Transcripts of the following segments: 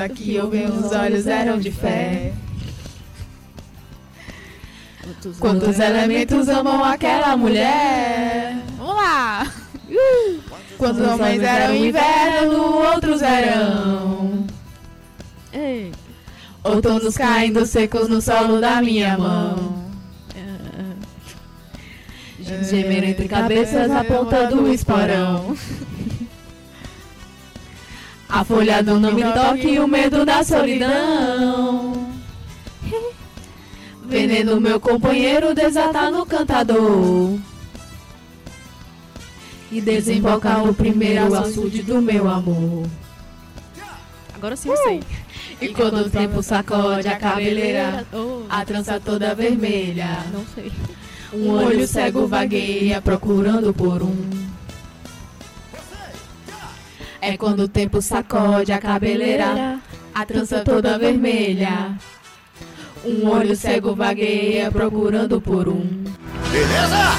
aqui eu vi os olhos eram de fé. Quantos elementos amam aquela mulher? Vamos lá! Quantos homens eram inverno, outros verão. Ei. Outonos caindo secos no solo da minha mão. Gemer entre cabeças a ponta do esporão. A folha do não me toque, o medo da solidão. Veneno meu companheiro desata no cantador. E desemboca o primeiro açude do meu amor. Agora sim eu sei. E quando o tempo sacode a cabeleira, a trança toda vermelha. Não sei. Um olho cego vagueia procurando por um. É quando o tempo sacode a cabeleira, a trança toda vermelha. Um olho cego vagueia procurando por um. Beleza?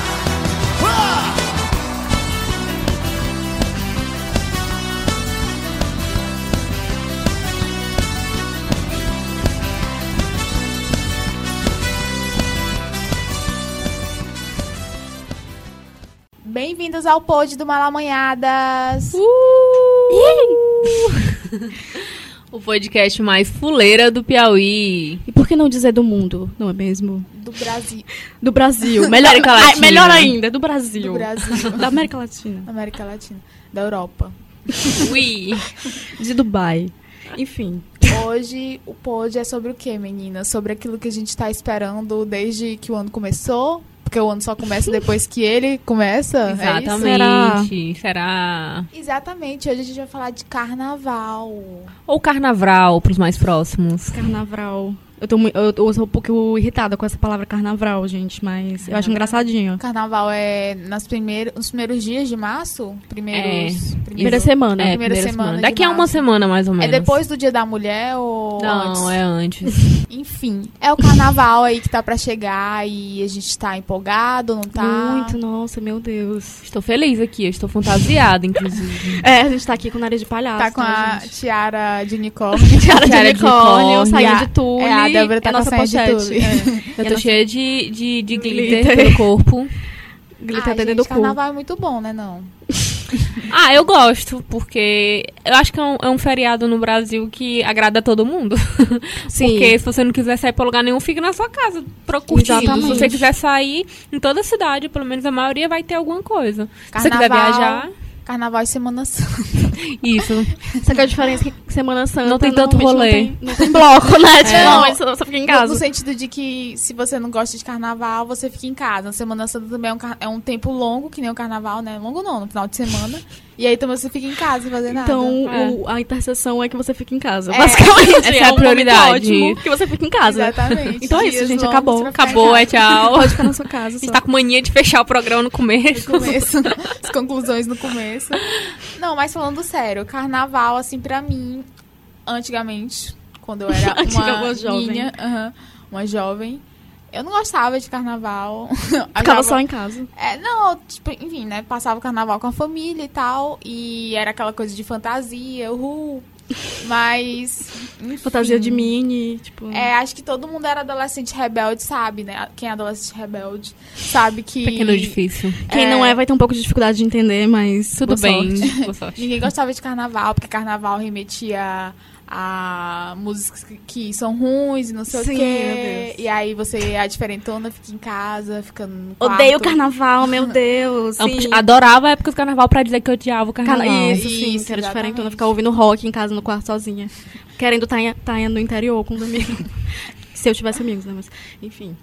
Bem-vindos ao pod do Malamanhadas. O podcast mais fuleira do Piauí. E por que não dizer do mundo, não é mesmo? Do Brasil. Do Brasil. Melhor, América Latina. Melhor ainda, do Brasil. Do Brasil. Da América Latina. Da América Latina. Da Europa. Ui. De Dubai. Enfim. Hoje o pod é sobre o quê, meninas? Sobre aquilo que a gente tá esperando desde que o ano começou? Porque o ano só começa depois que ele começa? Exatamente. Será? Exatamente. Hoje a gente vai falar de carnaval. Ou carnaval, pros mais próximos. Carnaval. Eu sou um pouco irritada com essa palavra carnaval, gente, mas eu acho engraçadinho. Carnaval é nos primeiros dias de março? Primeira semana. Primeira semana. Daqui a uma semana, mais ou menos. É depois do Dia da Mulher ou antes? Não, é antes. Enfim, é o carnaval aí que tá pra chegar e a gente tá empolgado, não tá? Muito, nossa, meu Deus. Estou feliz aqui, eu estou fantasiada, inclusive. A gente tá aqui com o nariz de palhaço. Tá com a gente? tiara de unicórnio. Tiara de unicórnio, sainha de tule. A Débora tá com a sainha de tule. Eu tô cheia de glitter pelo corpo. Glitter dentro do cu. Carnaval é muito bom, né, não? Eu gosto, porque eu acho que é um feriado no Brasil que agrada a todo mundo. Sim. Porque se você não quiser sair pra lugar nenhum, fica na sua casa curtindo. Exatamente. Se você quiser sair, em toda a cidade, pelo menos a maioria, vai ter alguma coisa. Carnaval, se você quiser viajar... Carnaval e Semana Santa. Isso. Só que a diferença é que Semana Santa não tem tanto rolê. Não tem bloco, né? Tipo, não, mas você fica em casa. No sentido de que se você não gosta de carnaval, você fica em casa. A Semana Santa também é um tempo longo, que nem o carnaval, né? Longo não, no final de semana. E aí também você fica em casa sem fazer nada. Então, a interseção é que você fica em casa. Basicamente, essa é a prioridade. Ótimo que você fica em casa. Exatamente. Então é isso, gente. Acabou. Acabou, tchau. Pode ficar na sua casa. A gente tá com mania de fechar o programa no começo. As conclusões no começo. Não, mas falando sério, carnaval, assim, pra mim, antigamente, quando eu era uma jovem, eu não gostava de carnaval. Ficava só em casa. Não, tipo, enfim, né? Passava o carnaval com a família e tal. E era aquela coisa de fantasia, Mas. Enfim, fantasia de mini, tipo. Acho que todo mundo era adolescente rebelde, sabe, né? Quem é adolescente rebelde sabe que. Pequeno difícil. Quem não vai ter um pouco de dificuldade de entender, mas. Tudo bem. Boa sorte. Ninguém gostava de carnaval, porque carnaval remetia a músicas que são ruins e não sei o quê. Meu Deus. E aí você, a diferentona, fica em casa, fica no quarto. Odeio o carnaval, meu Deus. Sim. Adorava a época do carnaval pra dizer que eu odiava o carnaval. Isso, sim, que era diferentona, ficar ouvindo rock em casa no quarto sozinha. Querendo estar no interior com os amigos. Se eu tivesse amigos, né? Mas, enfim.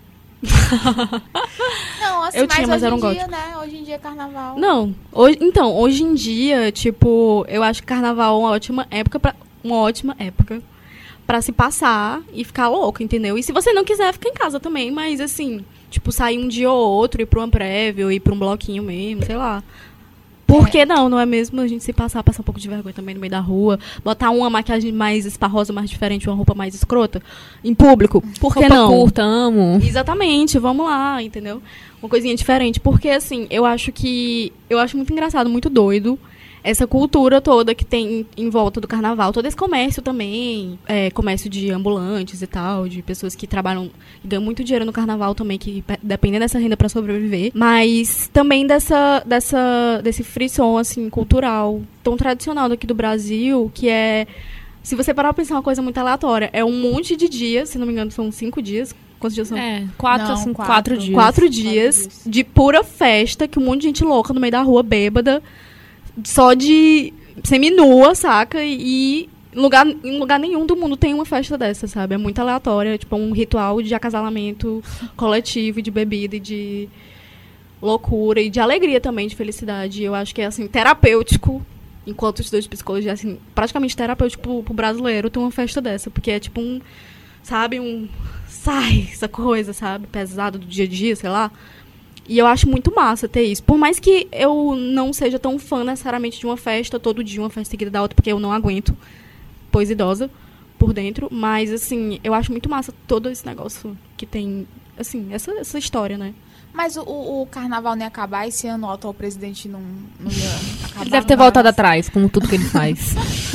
Não, assim, mas hoje em dia, né? Hoje em dia é carnaval. Não, hoje em dia, tipo, eu acho que carnaval é uma ótima época pra se passar e ficar louco, entendeu? E se você não quiser, fica em casa também, mas assim, tipo, sair um dia ou outro, ir pra uma prévia, ir pra um bloquinho mesmo, sei lá. Por que não é mesmo? A gente se passar um pouco de vergonha também no meio da rua, botar uma maquiagem mais esparrosa, mais diferente, uma roupa mais escrota em público. Por que não? Roupa curta, amo. Exatamente, vamos lá, entendeu? Uma coisinha diferente. Porque, assim, eu acho muito engraçado, muito doido essa cultura toda que tem em volta do carnaval. Todo esse comércio também, comércio de ambulantes e tal, de pessoas que trabalham e ganham muito dinheiro no carnaval também, que dependem dessa renda para sobreviver. Mas também desse frisson, assim, cultural tão tradicional daqui do Brasil, que é, se você parar pra pensar, uma coisa muito aleatória, é um monte de dias, se não me engano são 5 dias. Quantos dias são? 4 dias. 4 dias de pura festa, que um monte de gente louca no meio da rua, bêbada, só de seminua, saca? E em lugar nenhum do mundo tem uma festa dessa, sabe? É muito aleatória, tipo um ritual de acasalamento coletivo, de bebida e de loucura e de alegria também, de felicidade. Eu acho que é, assim, terapêutico, enquanto estudante de psicologia, assim, praticamente terapêutico pro brasileiro ter uma festa dessa, porque é tipo sai, essa coisa, sabe? Pesado do dia a dia, sei lá. E eu acho muito massa ter isso. Por mais que eu não seja tão fã necessariamente de uma festa todo dia, uma festa seguida da outra, porque eu não aguento, pois idosa, por dentro. Mas, assim, eu acho muito massa todo esse negócio que tem, assim, essa história, né? Mas o carnaval não ia acabar esse ano, o atual presidente não ia acabar. Ele deve ter voltado atrás, como tudo que ele faz.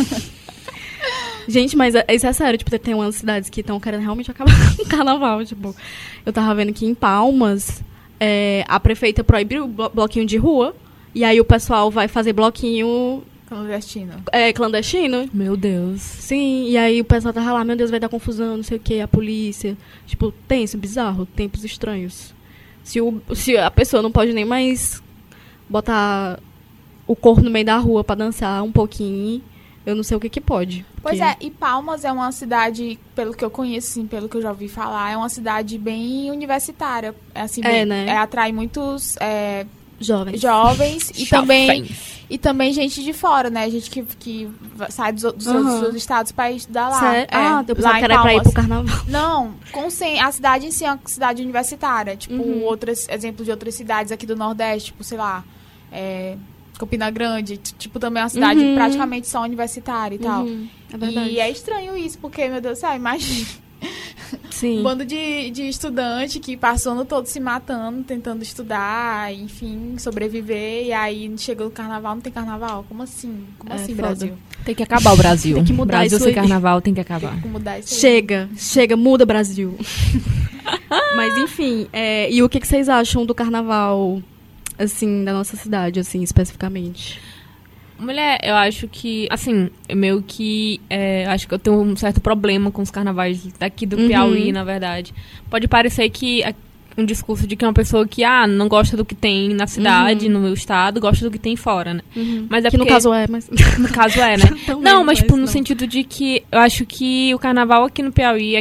Gente, mas isso é sério, tipo, tem umas cidades que estão querendo realmente acabar com o carnaval, tipo. Eu tava vendo que em Palmas, a prefeita proibiu o bloquinho de rua, e aí o pessoal vai fazer bloquinho... Clandestino. Meu Deus. Sim, e aí o pessoal tava lá, meu Deus, vai dar confusão, não sei o que, a polícia. Tipo, tenso, bizarro, tempos estranhos. Se a pessoa não pode nem mais botar o corpo no meio da rua pra dançar um pouquinho, eu não sei o que pode. Pois é, e Palmas é uma cidade, pelo que eu conheço, assim, pelo que eu já ouvi falar, é uma cidade bem universitária. Assim, né? Atrai muitos jovens e também gente de fora, né? Gente que sai dos outros estados para estudar lá. Eu pensava que era pra ir pro carnaval. Não, a cidade em si é uma cidade universitária. Tipo, exemplos de outras cidades aqui do Nordeste, tipo, sei lá, Campina Grande, tipo, também é uma cidade praticamente só universitária e tal. É verdade. E é estranho isso, porque, meu Deus do céu, imagina. Sim. Um bando de estudante que passou o ano todo se matando, tentando estudar, enfim, sobreviver. E aí chegou o carnaval, não tem carnaval? Como assim? Como assim, foda. Brasil? Tem que acabar o Brasil. Tem que mudar Brasil isso sem aí. carnaval tem que acabar. Tem que mudar isso aí. Chega, muda Brasil. Mas enfim, e o que vocês acham do carnaval, assim, da nossa cidade, assim, especificamente? Mulher, eu acho que, assim, meio que, acho que eu tenho um certo problema com os carnavais daqui do Piauí, na verdade. Pode parecer que um discurso de que é uma pessoa que, não gosta do que tem na cidade, no meu estado, gosta do que tem fora, né? Mas é que porque, no caso mas... No caso né? Não, mas tipo, no sentido de que eu acho que o carnaval aqui no Piauí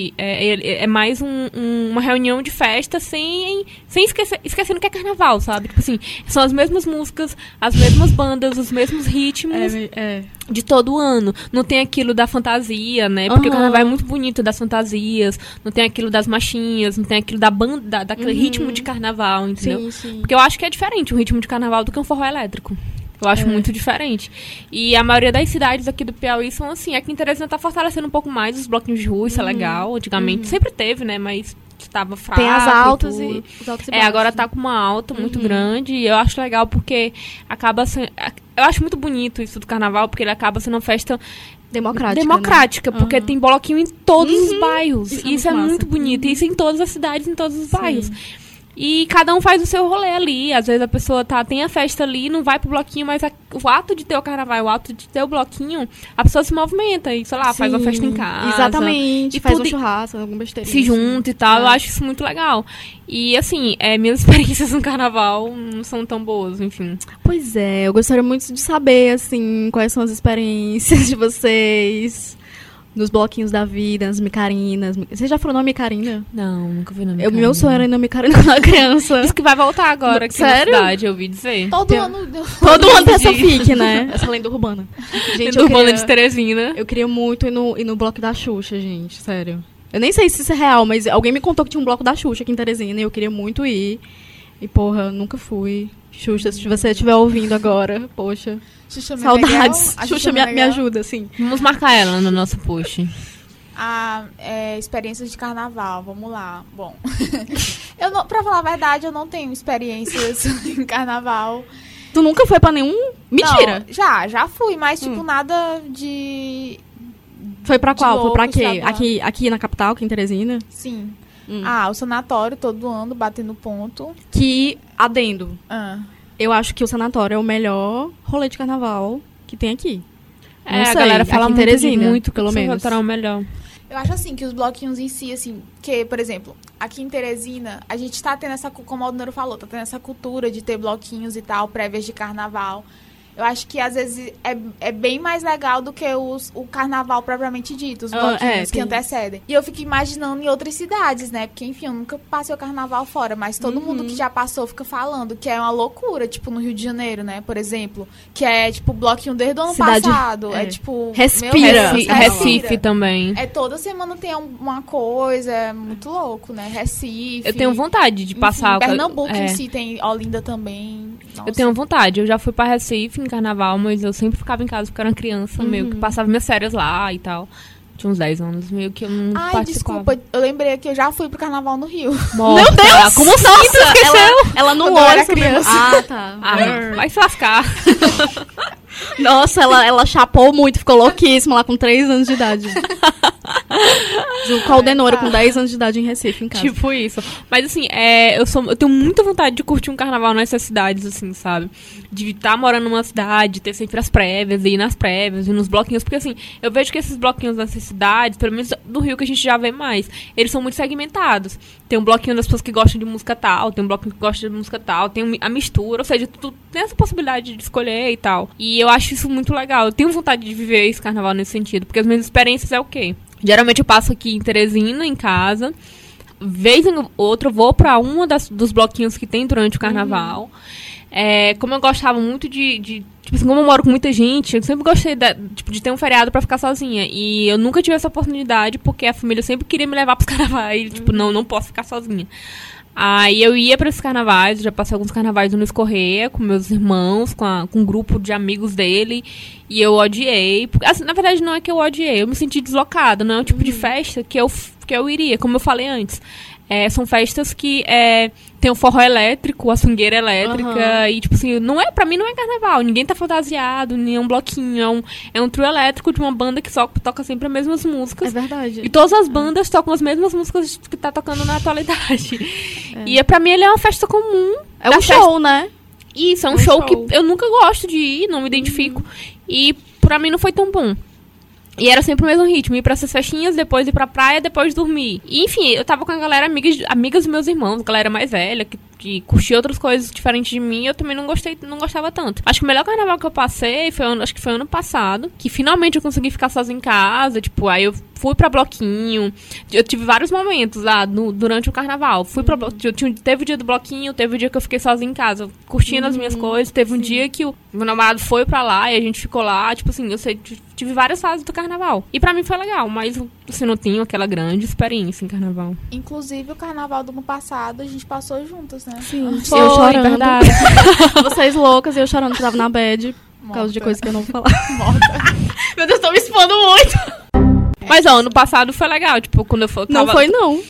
é mais uma reunião de festa sem esquecendo que é carnaval, sabe? Tipo assim, são as mesmas músicas, as mesmas bandas, os mesmos ritmos de todo ano. Não tem aquilo da fantasia, né? Porque o carnaval é muito bonito, das fantasias, não tem aquilo das machinhas, não tem aquilo da banda, daquele ritmo de carnaval, entendeu? Sim. Porque eu acho que é diferente o ritmo de carnaval do que um forró elétrico. Eu acho muito diferente. E a maioria das cidades aqui do Piauí são assim. Aqui em Teresina tá fortalecendo um pouco mais os bloquinhos de rua, isso é legal. Antigamente sempre teve, né? Mas estava fraco. Tem as altas e os altos e baixos. Agora tá com uma alta muito grande. E eu acho legal porque acaba sendo... Eu acho muito bonito isso do carnaval, porque ele acaba sendo uma festa... Democrática, né? Porque tem bloquinho em todos os bairros. Isso é massa. muito bonito. Isso em todas as cidades, em todos os bairros. E cada um faz o seu rolê ali. Às vezes a pessoa tem a festa ali, não vai pro bloquinho, mas o ato de ter o carnaval, o ato de ter o bloquinho, a pessoa se movimenta e, sei lá, faz uma festa em casa. Exatamente. E faz tudo, um churrasco, alguma besteira. se junta e tal. Eu acho isso muito legal. E, assim, minhas experiências no carnaval não são tão boas, enfim. Pois é, eu gostaria muito de saber, assim, quais são as experiências de vocês nos bloquinhos da vida, nas micarinas. Você já falou numa micarina? Não, nunca vi na micarina. Meu sonho era ir na micarina quando era criança. Diz que vai voltar agora aqui Sério? na cidade, eu ouvi dizer. Todo ano tem essa fique, né? Essa lenda urbana. Gente, Urbana de Teresina. Eu queria muito ir no bloco da Xuxa, gente, sério. Eu nem sei se isso é real, mas alguém me contou que tinha um bloco da Xuxa aqui em Teresina e eu queria muito ir. E, porra, nunca fui. Xuxa, se você estiver ouvindo agora, poxa... Xuxa saudades. Meneghel, Xuxa me ajuda, assim. Vamos marcar ela no nosso post. Experiências de carnaval, vamos lá. Bom, pra falar a verdade, eu não tenho experiências em carnaval. Tu nunca foi pra nenhum Mentira! Não, já fui, mas tipo, nada de... Foi pra qual? louco, Foi pra quê? sabe? Aqui na capital, aqui em Teresina? Sim. O sanatório todo ano, batendo ponto. Que, adendo, eu acho que o sanatório é o melhor rolê de carnaval que tem aqui. Não sei, a galera fala aqui em muito, Teresina, muito pelo que o menos. sanatório é o melhor. Eu acho assim, que os bloquinhos em si, assim, que, por exemplo, aqui em Teresina, a gente tá tendo essa, como o Aldonero falou, tá tendo essa cultura de ter bloquinhos e tal, prévias de carnaval. Eu acho que, às vezes, é bem mais legal do que o carnaval propriamente dito, os bloquinhos que antecedem. E eu fico imaginando em outras cidades, né? Porque, enfim, eu nunca passei o carnaval fora, mas todo mundo que já passou fica falando que é uma loucura, tipo, no Rio de Janeiro, né? Por exemplo, que é, tipo, bloquinho desde o ano passado. É, tipo... Respira. Recife também. É, toda semana tem uma coisa, é muito louco, né? Recife. Eu tenho vontade de passar... Pernambuco em si tem Olinda também. Nossa. Eu tenho vontade. Eu já fui pra Recife em carnaval, mas eu sempre ficava em casa porque eu era uma criança, meio que passava minhas férias lá e tal. Tinha uns 10 anos, meio que eu não participava. Desculpa, eu lembrei que eu já fui pro carnaval no Rio. Meu Deus! Como assim? Nossa, Tu esqueceu? ela não Quando eu olha era criança. Ah, tá. Vai se lascar. Nossa, ela chapou muito, ficou louquíssima lá com 3 anos de idade. Junto com o Aldenoro com 10 anos de idade em Recife, em casa. Tipo isso. Mas assim, eu tenho muita vontade de curtir um carnaval nessas cidades, assim, sabe? De estar morando numa cidade, ter sempre as prévias, ir nas prévias, ir nos bloquinhos. Porque assim, eu vejo que esses bloquinhos nessas cidades, pelo menos do Rio que a gente já vê mais, eles são muito segmentados. Tem um bloquinho das pessoas que gostam de música tal, tem um bloquinho que gosta de música tal, tem a mistura, ou seja, tu tem essa possibilidade de escolher e tal. E eu acho isso muito legal. Eu tenho vontade de viver esse carnaval nesse sentido, porque as minhas experiências é o quê? Geralmente eu passo aqui em Teresina, em casa. Vez em outra, eu vou pra dos bloquinhos que tem durante o carnaval. Como eu gostava muito tipo assim, como eu moro com muita gente, eu sempre gostei de ter um feriado pra ficar sozinha. E eu nunca tive essa oportunidade, porque a família sempre queria me levar pros carnavais. E, tipo, não posso ficar sozinha. Aí eu ia pra esses carnavais, eu já passei alguns carnavais no Luiz Correia, com meus irmãos, com um grupo de amigos dele, e eu odiei. Assim, na verdade, não é que eu odiei, eu me senti deslocada, não é um tipo de festa que eu iria, como eu falei antes. São festas que tem o forró elétrico, a swingueira elétrica, e tipo assim, pra mim não é carnaval, ninguém tá fantasiado, nem é um bloquinho, é um trio elétrico de uma banda que só toca sempre as mesmas músicas. É verdade. E todas as bandas tocam as mesmas músicas que tá tocando na atualidade. E pra mim ele é uma festa comum. É um show, né? Isso, é um show que eu nunca gosto de ir, não me identifico. E pra mim não foi tão bom. E era sempre o mesmo ritmo, ir pra essas festinhas, depois ir pra praia, depois dormir. E, enfim, eu tava com a galera amigas dos meus irmãos, galera mais velha, que curtia outras coisas diferentes de mim, eu também não gostava tanto. Acho que o melhor carnaval que eu passei acho que foi ano passado, que finalmente eu consegui ficar sozinha em casa, tipo, aí eu fui pra bloquinho. Eu tive vários momentos lá durante o carnaval. Teve o dia do bloquinho, teve o dia que eu fiquei sozinha em casa, curtindo as minhas coisas. Teve um dia que o meu namorado foi pra lá e a gente ficou lá. Tipo assim, tive várias fases do carnaval. E pra mim foi legal, mas assim, não tinha aquela grande experiência em carnaval. Inclusive, o carnaval do ano passado, a gente passou juntas, né? Sim. Foi, eu chorando. Verdade. Vocês loucas e eu chorando que tava na bad. Por causa de coisas que eu não vou falar. Morta. Meu Deus, tô me expondo muito. Mas, ano passado foi legal, tipo, quando eu fui... Não foi, não.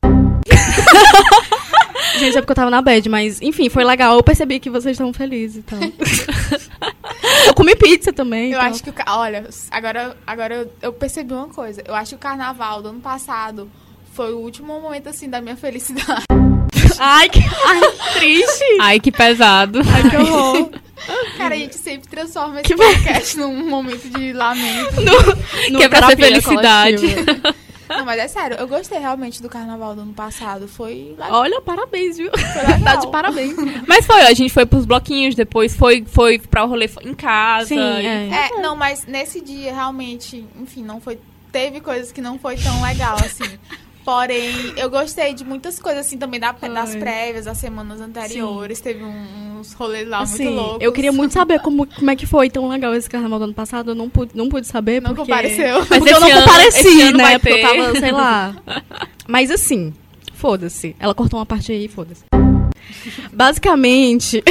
Gente, é porque eu tava na bad, mas, enfim, foi legal. Eu percebi que vocês estavam felizes e tal. Eu comi pizza também. Eu acho que, olha, agora eu percebi uma coisa. Eu acho que o carnaval do ano passado foi o último momento, assim, da minha felicidade. Ai, que triste. Ai, que pesado. Ai, que horror. Cara, a gente sempre transforma esse podcast num momento de lamento. Que é pra ser felicidade. Não, mas é sério, eu gostei realmente do carnaval do ano passado. Foi legal. Olha, parabéns, viu? Foi legal. Tá de parabéns. Mas a gente foi pros bloquinhos, depois foi pra o rolê em casa. Sim, não, mas nesse dia, realmente, enfim, não foi... Teve coisas que não foi tão legal, assim. Porém, eu gostei de muitas coisas, assim, também das prévias, das semanas anteriores. Sim. Teve uns rolês lá muito loucos. Eu queria muito saber como é que foi tão legal esse carnaval do ano passado. Eu não pude saber não porque... compareceu. Porque eu não compareci, né? Porque eu tava, sei lá... Mas assim, foda-se. Ela cortou uma parte aí, foda-se. Basicamente...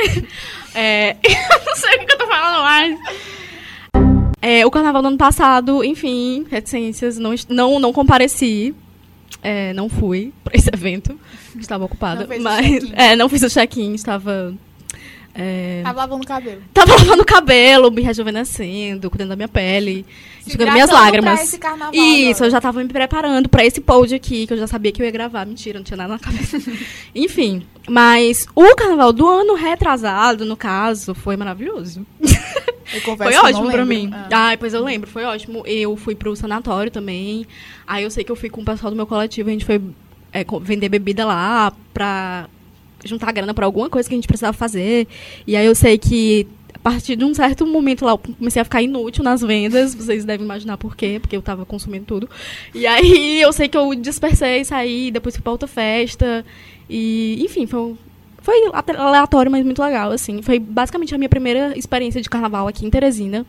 não sei o que eu tô falando mais. O carnaval do ano passado, enfim, reticências, não compareci. Não fui pra esse evento, estava ocupada. Não fez mas o check-in. não fiz o check-in, estava Tava lavando o cabelo. Tava lavando o cabelo, me rejuvenescendo, cuidando da minha pele, enxugando minhas lágrimas. Esse carnaval Isso, agora. eu já tava me preparando pra esse pod aqui, que eu já sabia que eu ia gravar. Mentira, não tinha nada na cabeça. Enfim, mas o carnaval do ano retrasado, no caso, foi maravilhoso. Foi ótimo pra mim. Ai, pois eu lembro, foi ótimo. Eu fui pro sanatório também. Aí eu sei que eu fui com o pessoal do meu coletivo, a gente foi vender bebida lá pra juntar grana pra alguma coisa que a gente precisava fazer. E aí eu sei que a partir de um certo momento lá eu comecei a ficar inútil nas vendas. Vocês devem imaginar por quê, porque eu tava consumindo tudo. E aí eu sei que eu dispersei, saí, depois fui pra outra festa. E, enfim, foi aleatório, mas muito legal, assim. Foi basicamente a minha primeira experiência de carnaval aqui em Teresina.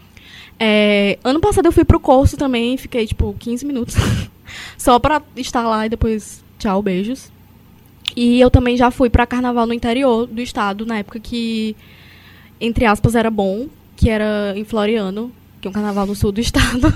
Ano passado eu fui pro curso também, fiquei, 15 minutos. Só pra estar lá e depois, tchau, beijos. E eu também já fui pra carnaval no interior do estado, na época que, entre aspas, era bom, que era em Floriano, que é um carnaval no sul do estado,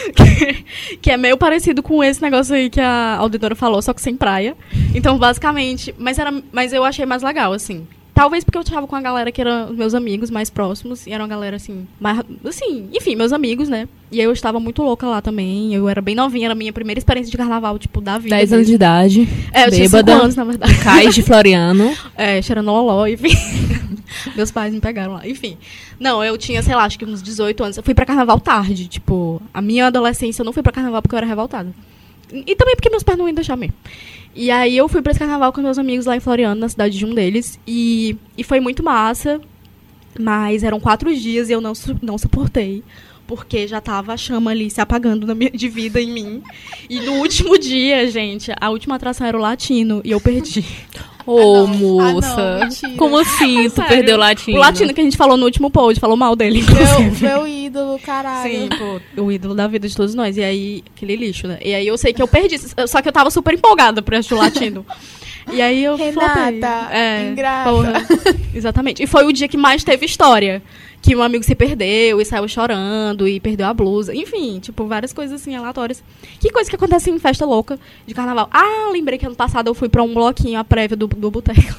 que é meio parecido com esse negócio aí que a auditora falou, só que sem praia. Então, basicamente, mas eu achei mais legal, assim. Talvez porque eu tava com a galera que eram meus amigos mais próximos, e era uma galera, assim, mais, assim, enfim, meus amigos, né? E aí eu estava muito louca lá também, eu era bem novinha, era a minha primeira experiência de carnaval, da vida. 10 anos de idade, eu tinha 5 anos, na verdade. Cais de Floriano. Cheirando loló, enfim. Meus pais me pegaram lá, enfim. Não, eu tinha, sei lá, acho que uns 18 anos. Eu fui pra carnaval tarde, a minha adolescência eu não fui pra carnaval porque eu era revoltada. E também porque meus pais não iam deixar mesmo. E aí eu fui pra esse carnaval com meus amigos lá em Floriano, na cidade de um deles. E foi muito massa, mas eram 4 dias e eu não suportei. Porque já tava a chama ali se apagando de vida em mim. E no último dia, gente, a última atração era o latino e eu perdi. Ô, moça. Não, como assim? Tu perdeu o latino? O latino que a gente falou no último pod, falou mal dele. Meu ídolo, caralho. Sim, o ídolo da vida de todos nós. E aí, aquele lixo, né? E aí eu sei que eu perdi. Só que eu tava super empolgada pra assistir o latino. E aí eu Renata, ingrata. Porra. Exatamente. E foi o dia que mais teve história. Que um amigo se perdeu e saiu chorando e perdeu a blusa. Enfim, várias coisas assim, aleatórias. Que coisa que acontece em festa louca de carnaval. Ah, lembrei que ano passado eu fui pra um bloquinho, a prévia do boteco.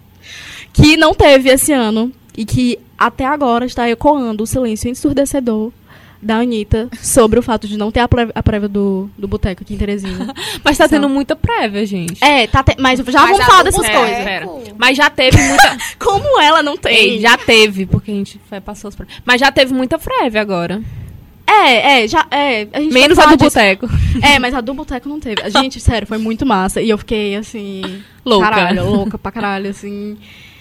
Que não teve esse ano. E que até agora está ecoando o silêncio ensurdecedor da Anitta sobre o fato de não ter a prévia do boteco aqui em Teresina. Mas tá tendo muita prévia, gente. Mas já vamos falar dessas coisas. Pera. Mas já teve muita... Como ela não tem? Ei, já teve, porque a gente passou as prévias. Mas já teve muita prévia agora. A gente menos a do boteco. Mas a do boteco não teve. Gente, sério, foi muito massa. E eu fiquei, assim... louca pra caralho, assim...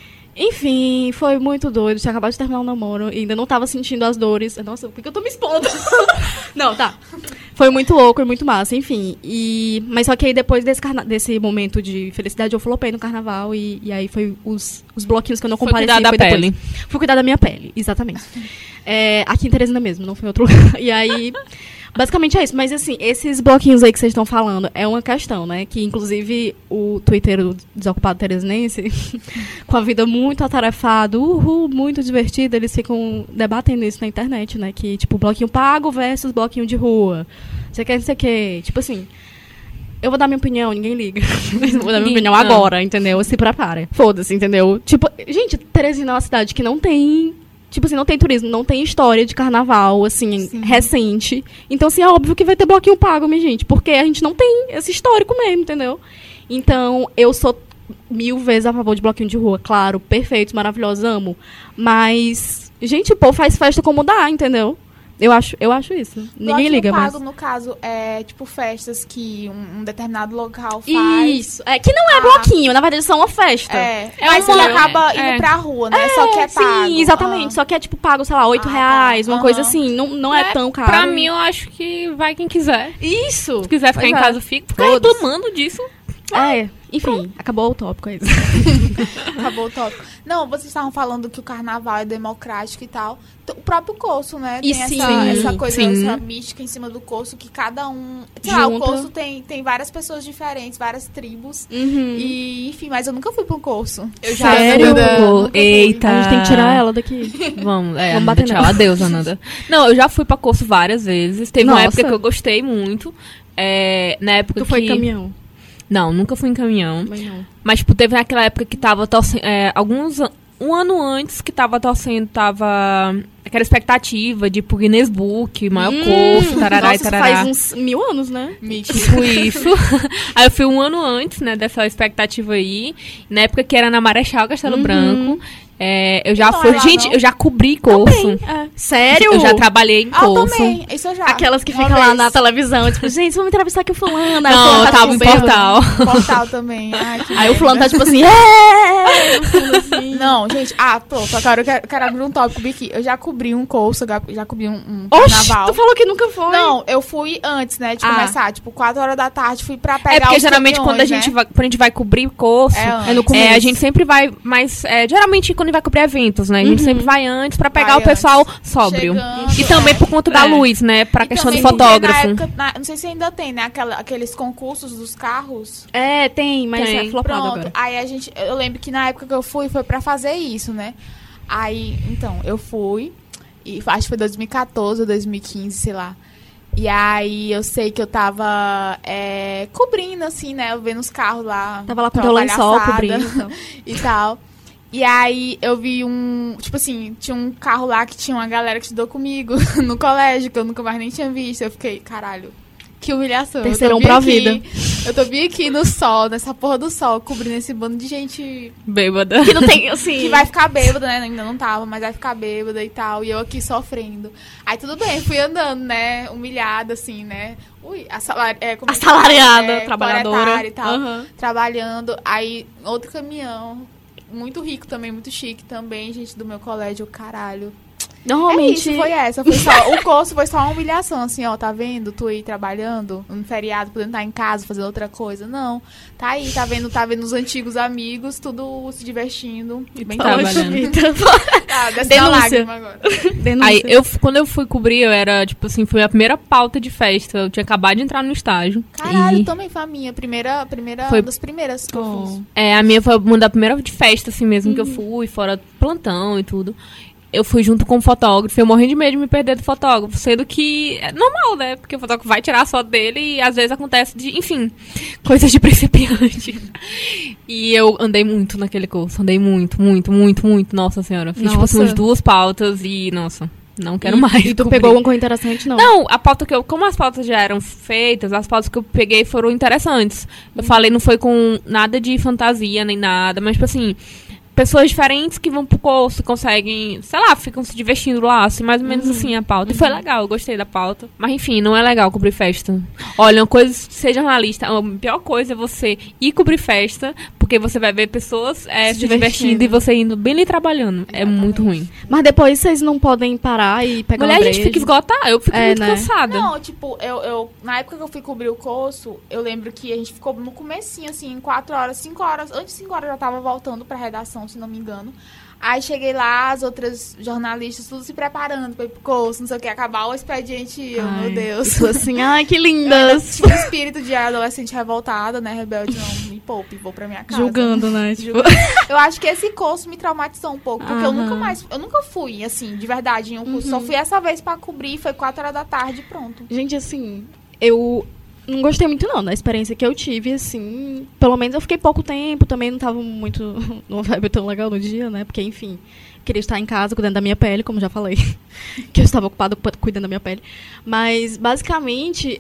Enfim, foi muito doido. Tinha acabado de terminar o namoro e ainda não tava sentindo as dores. Nossa, por que eu tô me expondo? Não, tá. Foi muito louco e muito massa, enfim. Mas só que aí depois desse momento de felicidade, eu flopei no carnaval e aí foi os bloquinhos que eu não compareci. Foi cuidar da pele. Fui cuidar da minha pele, exatamente. Aqui em Teresina mesmo, não foi em outro lugar. E aí... Basicamente é isso, mas assim, esses bloquinhos aí que vocês estão falando é uma questão, né? Que inclusive o Twitter do Desocupado Teresinense, com a vida muito atarefada, muito divertida, eles ficam debatendo isso na internet, né? Que, bloquinho pago versus bloquinho de rua. Você quer, não sei o quê. Assim, eu vou dar minha opinião, ninguém liga. Mas eu vou dar minha opinião agora, entendeu? Se prepara. Foda-se, entendeu? Gente, Teresina é uma cidade que não tem... não tem turismo, não tem história de carnaval, assim, recente. Então, assim, é óbvio que vai ter bloquinho pago, minha gente. Porque a gente não tem esse histórico mesmo, entendeu? Então, eu sou 1000 vezes a favor de bloquinho de rua. Claro, perfeitos, maravilhosos, amo. Mas, gente, o povo faz festa como dá, entendeu? Eu acho isso. Ninguém liga, pago, mas... no caso, é festas que um determinado local faz. Isso. Que não é bloquinho, na verdade, são uma festa. Mas ele acaba indo pra rua, né? Só que é pago. Sim, exatamente. Só que é pago, sei lá, R$8, uma coisa assim. Não é tão caro. Pra mim, eu acho que vai quem quiser. Isso. Se quiser ficar em casa, fica. Ficar reclamando disso. Enfim, acabou o tópico, é isso. Acabou o tópico. Não, vocês estavam falando que o carnaval é democrático e tal. O própio curso, né? Tem essa coisa, essa mística em cima do curso que cada um... Sei lá, o curso tem várias pessoas diferentes, várias tribos. E, enfim, mas eu nunca fui pra um curso. Eu já... Sério? Eita. A gente tem que tirar ela daqui. Vamos bater tchau. Adeus, Ananda. Não, eu já fui pra curso várias vezes. Teve uma época que eu gostei muito. Na época tu foi caminhão? Não, nunca fui em caminhão. Mas não. Mas, teve naquela época que tava um ano antes que tava torcendo, aquela expectativa de ir pro Guinness Book, maior curso, tarará nossa, e tarará. faz uns 1000 anos, né? Tipo isso. Aí eu fui um ano antes, né, dessa expectativa aí. Na época que era na Marechal Castelo Branco. Eu já fui. Gente, eu já cobri curso. Sério? Eu já trabalhei em curso. Também, isso eu já. Aquelas que ficam lá na televisão, tipo, gente, vamos entrevistar aqui o fulano. Não, eu tava em portal. Portal também. Ai, aí o fulano tá tipo assim, assim. Não, gente, pronto, agora eu quero abrir um tópico aqui. Eu já cobri um curso, já cobri um Oxe, carnaval. tu falou que nunca foi. Não, eu fui antes, né, de começar. Tipo, 4 horas da tarde, fui pra pegar porque os geralmente caminhões, quando a gente vai cobrir curso, no a gente sempre vai, mas geralmente quando vai cobrir eventos, né, a gente sempre vai antes pra pegar o pessoal sóbrio. Chegando, e também por conta da luz, né, pra questão do também fotógrafo. Época, não sei se ainda tem, né, aqueles concursos dos carros. Tem, mas é flopado Pronto, agora. aí eu lembro que na época que eu fui, foi pra fazer isso, né. Aí, então, eu fui, e acho que foi 2014 ou 2015, sei lá. E aí, eu sei que eu tava cobrindo, assim, né, eu vendo os carros lá. Tava lá com o teu lençol cobrindo. E tal. E aí, eu vi tipo assim, tinha um carro lá que tinha uma galera que estudou comigo no colégio, que eu nunca mais nem tinha visto. Eu fiquei, caralho, que humilhação. Terceirão pra vida. Eu tô bem aqui no sol, nessa porra do sol, cobrindo esse bando de gente bêbada. Que não tem, assim... que vai ficar bêbada, né? Ainda não tava, mas vai ficar bêbada e tal. E eu aqui sofrendo. Aí tudo bem, fui andando, né? Humilhada, assim, né? Assalariada, trabalhadora. E tal, trabalhando. Aí, outro caminhão, muito rico também, muito chique também, gente do meu colégio, caralho. Normalmente... O curso foi só uma humilhação, assim, ó, tá vendo? Tu aí trabalhando no feriado, podendo estar em casa, fazendo outra coisa. Não, tá aí, tá vendo os antigos amigos, tudo se divertindo. E bem trabalhando. Denúncia. Agora. Denúncia. Aí, quando eu fui cobrir, eu era, tipo assim, foi a primeira pauta de festa. Eu tinha acabado de entrar no estágio. Caralho, também foi a minha. Primeira foi das primeiras que eu fiz. A minha foi uma da primeira de festa, assim mesmo, que eu fui, fora plantão e tudo. Eu fui junto com o fotógrafo, eu morri de medo de me perder do fotógrafo, sendo que é normal, né? Porque o fotógrafo vai tirar a foto dele e às vezes acontece enfim, coisas de principiante. E eu andei muito naquele curso, andei muito, nossa senhora. Fiz, tipo assim, umas 2 pautas e, nossa, não quero mais. E tu pegou alguma coisa interessante, não? Não, a pauta como as pautas já eram feitas, as pautas que eu peguei foram interessantes. Eu falei, não foi com nada de fantasia nem nada, mas, tipo assim... Pessoas diferentes que vão pro curso, conseguem, sei lá, ficam se divertindo lá, assim, mais ou menos assim a pauta. E foi legal, eu gostei da pauta. Mas enfim, não é legal cobrir festa. Olha, uma coisa, ser jornalista, a pior coisa é você ir cobrir festa, porque você vai ver pessoas se divertindo e você indo bem ali trabalhando. Exatamente. É muito ruim. Mas depois vocês não podem parar e pegar Mulher, a gente fica esgotada, eu fico muito cansada. Não, tipo, eu na época que eu fui cobrir o curso, eu lembro que a gente ficou no comecinho, assim, em 4 horas, 5 horas, antes de 5 horas eu já tava voltando pra redação, se não me engano. Aí cheguei lá, as outras jornalistas tudo se preparando pra ir pro curso, não sei o que, acabar o expediente e eu, meu Deus. Tipo assim, ai, que lindas. Tipo, espírito de adolescente revoltada, né, rebelde, não, me poupe, vou pra minha casa. Julgando, né? Tipo... Eu acho que esse curso me traumatizou um pouco, porque eu nunca fui, assim, de verdade, em um curso. Só fui essa vez pra cobrir, foi 4 horas da tarde e pronto. Gente, assim, eu... não gostei muito, não, da experiência que eu tive, assim. Pelo menos eu fiquei pouco tempo, também não tava muito numa vibe tão legal no dia, né? Porque, enfim, queria estar em casa cuidando da minha pele, como já falei. Que eu estava ocupada cuidando da minha pele. Mas, basicamente,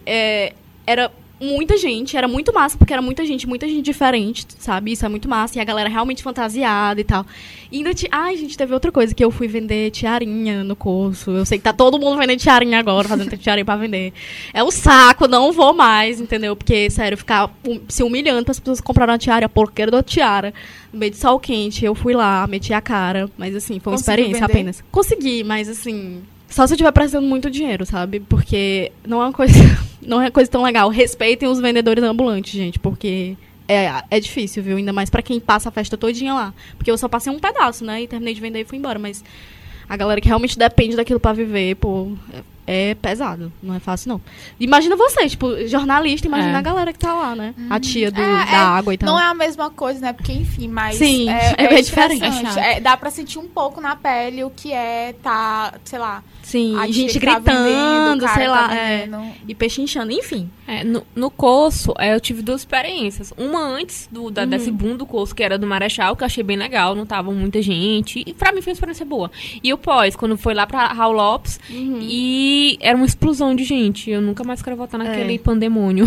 era muita gente, era muito massa, porque era muita gente diferente, sabe? Isso é muito massa. E a galera realmente fantasiada e tal. E ainda ai, gente, teve outra coisa, que eu fui vender tiarinha no curso. Eu sei que tá todo mundo vendendo tiarinha agora, fazendo tiarinha pra vender. É um saco, não vou mais, entendeu? Porque, sério, ficar se humilhando pras pessoas comprarem uma tiara, a porqueira da tiara, no meio de sol quente. Eu fui lá, meti a cara, mas assim, foi uma experiência apenas. Consegui, mas assim... Só se eu estiver prestando muito dinheiro, sabe? Porque não é uma coisa tão legal. Respeitem os vendedores ambulantes, gente, porque é difícil, viu? Ainda mais pra quem passa a festa todinha lá. Porque eu só passei um pedaço, né? E terminei de vender e fui embora. Mas a galera que realmente depende daquilo pra viver, pô, é pesado. Não é fácil, não. Imagina você, tipo, jornalista, imagina a galera que tá lá, né? A tia da água e tal. Não é a mesma coisa, né? Porque, enfim, mas... Sim, é diferente. Dá pra sentir um pouco na pele o que é tá, sei lá... Sim, a gente tá gritando, vendendo, sei lá, tá e pechinchando, enfim. No curso, eu tive 2 experiências. Uma antes desse boom do curso, que era do Marechal, que eu achei bem legal, não tava muita gente. E pra mim foi uma experiência boa. E o pós, quando foi lá pra Raul Lopes, e era uma explosão de gente. Eu nunca mais quero voltar naquele pandemônio.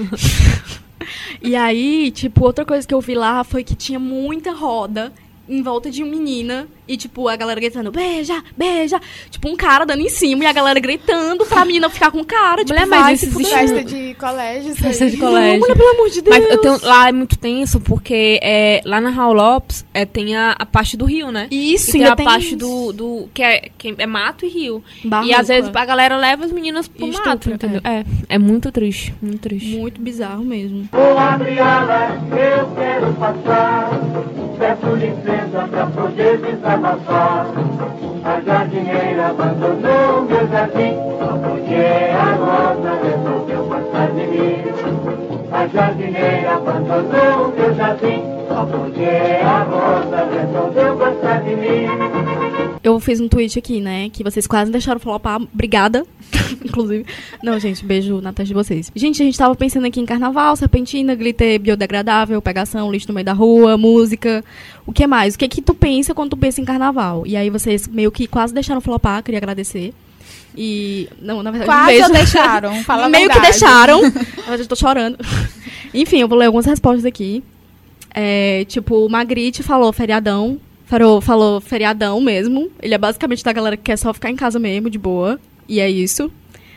E aí, tipo, outra coisa que eu vi lá foi que tinha muita roda em volta de uma menina e, tipo, a galera gritando, beija, beija. Tipo, um cara dando em cima e a galera gritando pra menina ficar com o cara. Tipo, mulher, mas isso existe festa de colégio. Festa de colégio. Não, mulher, pelo amor de Deus. Mas lá é muito tenso, porque lá na Raul Lopes tem a parte do rio, né? Isso, e tem a parte do que é mato e rio. Barranco, e às vezes a galera leva as meninas pro mato, entendeu? É muito triste, muito triste. Muito bizarro mesmo. Vou abrir alas, eu quero passar. Peço licença pra poder desabafar. A jardineira abandonou meu jardim, porque a rosa resolveu passar de mim. A jardineira abandonou meu jardim, porque a rosa resolveu passar de mim. Eu fiz um tweet aqui, né, que vocês quase deixaram flopar. Obrigada, inclusive. Não, gente, beijo na testa de vocês. Gente, a gente tava pensando aqui em carnaval, serpentina, glitter biodegradável, pegação, lixo no meio da rua, música. O que mais? O que é que tu pensa quando tu pensa em carnaval? E aí vocês meio que quase deixaram flopar, queria agradecer. E... Não, na verdade, quase ou deixaram? Fala a meio verdade. que deixaram. Na verdade, eu tô chorando. Enfim, eu vou ler algumas respostas aqui. Tipo, o Magritte falou feriadão. Falou feriadão mesmo. Ele é basicamente da galera que quer só ficar em casa mesmo, de boa. E é isso.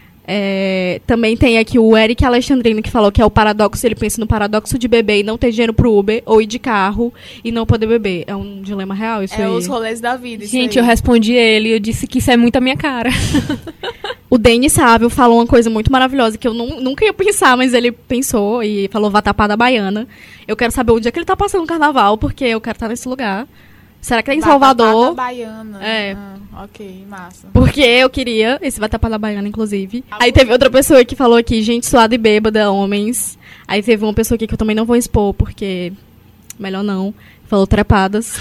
Também tem aqui o Eric Alexandrino, que falou que é o paradoxo. Ele pensa no paradoxo de beber e não ter dinheiro pro Uber, ou ir de carro e não poder beber. É um dilema real isso aí. Os rolês da vida, isso gente, aí. eu respondi ele, eu disse que isso é muito a minha cara. O Denis Sávio falou uma coisa muito maravilhosa que eu nunca ia pensar, mas ele pensou e falou Vatapá da Baiana. Eu quero saber onde é que ele tá passando o carnaval, porque eu quero estar nesse lugar. Será que é em Salvador? Da Baiana. Ok, massa. Porque eu queria esse Vatapá da Baiana, inclusive. Aí teve outra pessoa que falou aqui, gente suada e bêbada, homens. Aí teve uma pessoa aqui que eu também não vou expor, porque melhor não. Falou trepadas.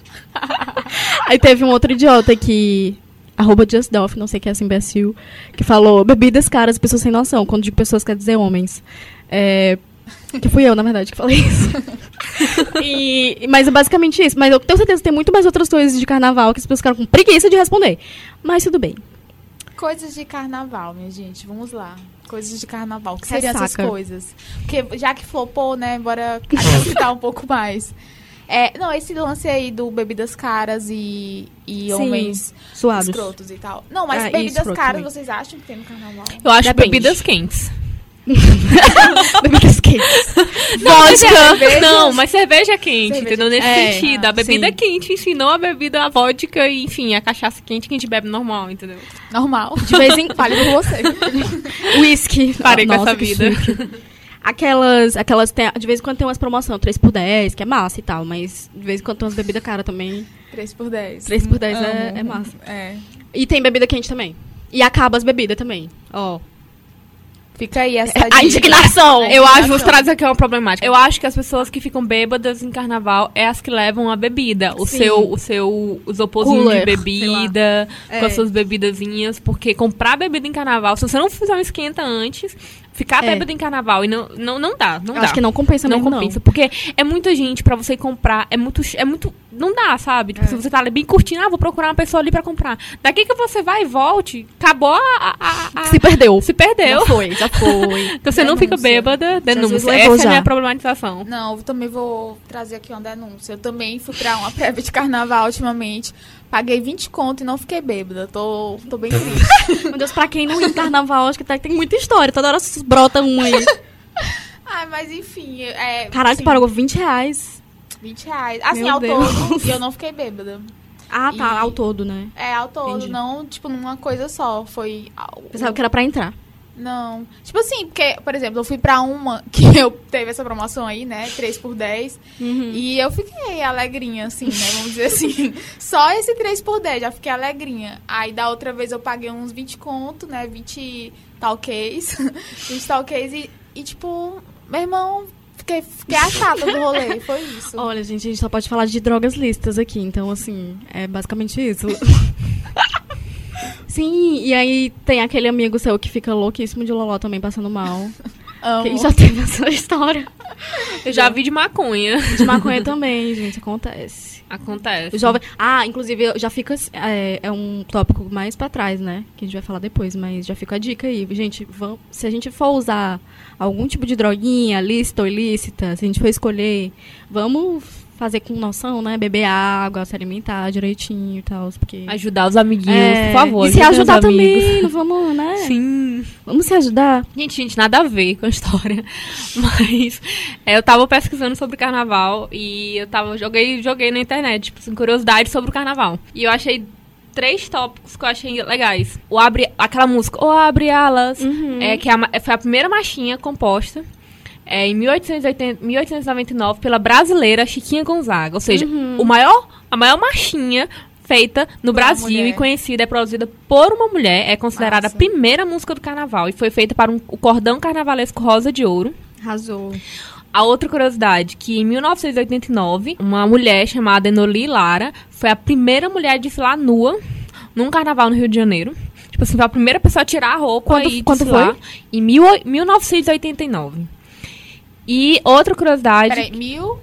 Aí teve um outro idiota que... @JustDolph, não sei quem é esse imbecil, que falou bebidas caras, pessoas sem noção. Quando digo pessoas, quer dizer homens. Que fui eu, na verdade, que falei isso. Mas é basicamente isso. Mas eu tenho certeza que tem muito mais outras coisas de carnaval que as pessoas ficaram com preguiça de responder. Mas tudo bem. Coisas de carnaval, minha gente. Vamos lá. Coisas de carnaval. O que Você seriam essas coisas? Porque já que flopou, né? Bora acrescentar um pouco mais. Não, esse lance aí do bebidas caras e homens suados, escrotos e tal. Não, mas bebidas caras também. Vocês acham que tem no carnaval? Eu acho Depende. bebidas quentes. Bebidas quentes. Vodka. Não, mas cerveja quente, entendeu? Nesse sentido. A bebida sim. quente, enfim, não a bebida, a vodka e, enfim, a cachaça quente que a gente bebe normal, entendeu? Normal. De vez em Fale por você. Whisky. Parei com Nossa, essa vida. Aquelas de vez em quando tem umas promoções, 3x10, que é massa e tal, mas de vez em quando tem umas bebidas caras também. 3x10. 3x10 é massa. E tem bebida quente também. E acaba as bebidas também. Ó. Fica aí essa a indignação! Eu acho, vou trazer aqui uma problemática. Eu acho que as pessoas que ficam bêbadas em carnaval é as que levam a bebida. O seu isoporzinho de bebida, com as suas bebidazinhas. Porque comprar bebida em carnaval, se você não fizer um esquenta antes, ficar bêbado em carnaval e não dá. Não dá. Acho que não compensa mesmo, não. Compensa, porque é muita gente pra você comprar. É muito. Não dá, sabe? Tipo, se você tá ali bem curtindo, vou procurar uma pessoa ali pra comprar. Daqui que você vai e volte, acabou Se perdeu. Já foi. Então você não fica bêbada, denúncia. Essa é a minha problematização. Não, eu também vou trazer aqui uma denúncia. Eu também fui pra uma prévia de carnaval ultimamente. Paguei 20 conto e não fiquei bêbada. Tô bem triste. Meu Deus, pra quem não ia em carnaval, acho que tem muita história. Toda hora brota uma aí. Ai, mas enfim. Caralho, assim, tu pagou R$20. R$20. Assim, Meu ao Deus. todo. E eu não fiquei bêbada. Ah, tá. Ao todo, né? Ao todo. Entendi. Não, tipo, numa coisa só. Foi... Pensava que era pra entrar. Não. Tipo assim, porque, por exemplo, eu fui pra uma que eu teve essa promoção aí, né? 3x10. E eu fiquei alegrinha, assim, né? Vamos dizer assim. Só esse 3x10, já fiquei alegrinha. Aí da outra vez eu paguei uns 20 conto, né? 20 talquês. 20 talquês e tipo, meu irmão, fiquei a chata do rolê. Foi isso. Olha, gente, a gente só pode falar de drogas listas aqui. Então, assim, é basicamente isso. Sim, e aí tem aquele amigo seu que fica louquíssimo de loló também, passando mal. Quem já teve essa história? Eu já vi de maconha. De maconha também, gente, acontece. Acontece. O jovem... inclusive, já fica... É um tópico mais pra trás, né? Que a gente vai falar depois, mas já fica a dica aí. Gente, se a gente for usar algum tipo de droguinha, lícita ou ilícita, se a gente for escolher, vamos fazer com noção, né? Beber água, se alimentar direitinho e tal, porque... Ajudar os amiguinhos, por favor. E se ajudar também, não vamos, né? Sim. Vamos se ajudar. Gente, nada a ver com a história. Mas eu tava pesquisando sobre carnaval e eu joguei na internet, tipo assim, curiosidades sobre o carnaval. E eu achei 3 tópicos que eu achei legais. Aquela música, O Abre Alas, foi a primeira marchinha composta em 1899 pela brasileira Chiquinha Gonzaga. Ou seja, a maior marchinha feita no Brasil e conhecida, é produzida por uma mulher, é considerada a primeira música do carnaval e foi feita para o cordão carnavalesco Rosa de Ouro. Arrasou. A outra curiosidade, que em 1989, uma mulher chamada Enoli Lara foi a primeira mulher a desfilar nua num carnaval no Rio de Janeiro. Tipo assim, foi a primeira pessoa a tirar a roupa e desfilar. Foi? Em 1989. E outra curiosidade... Peraí,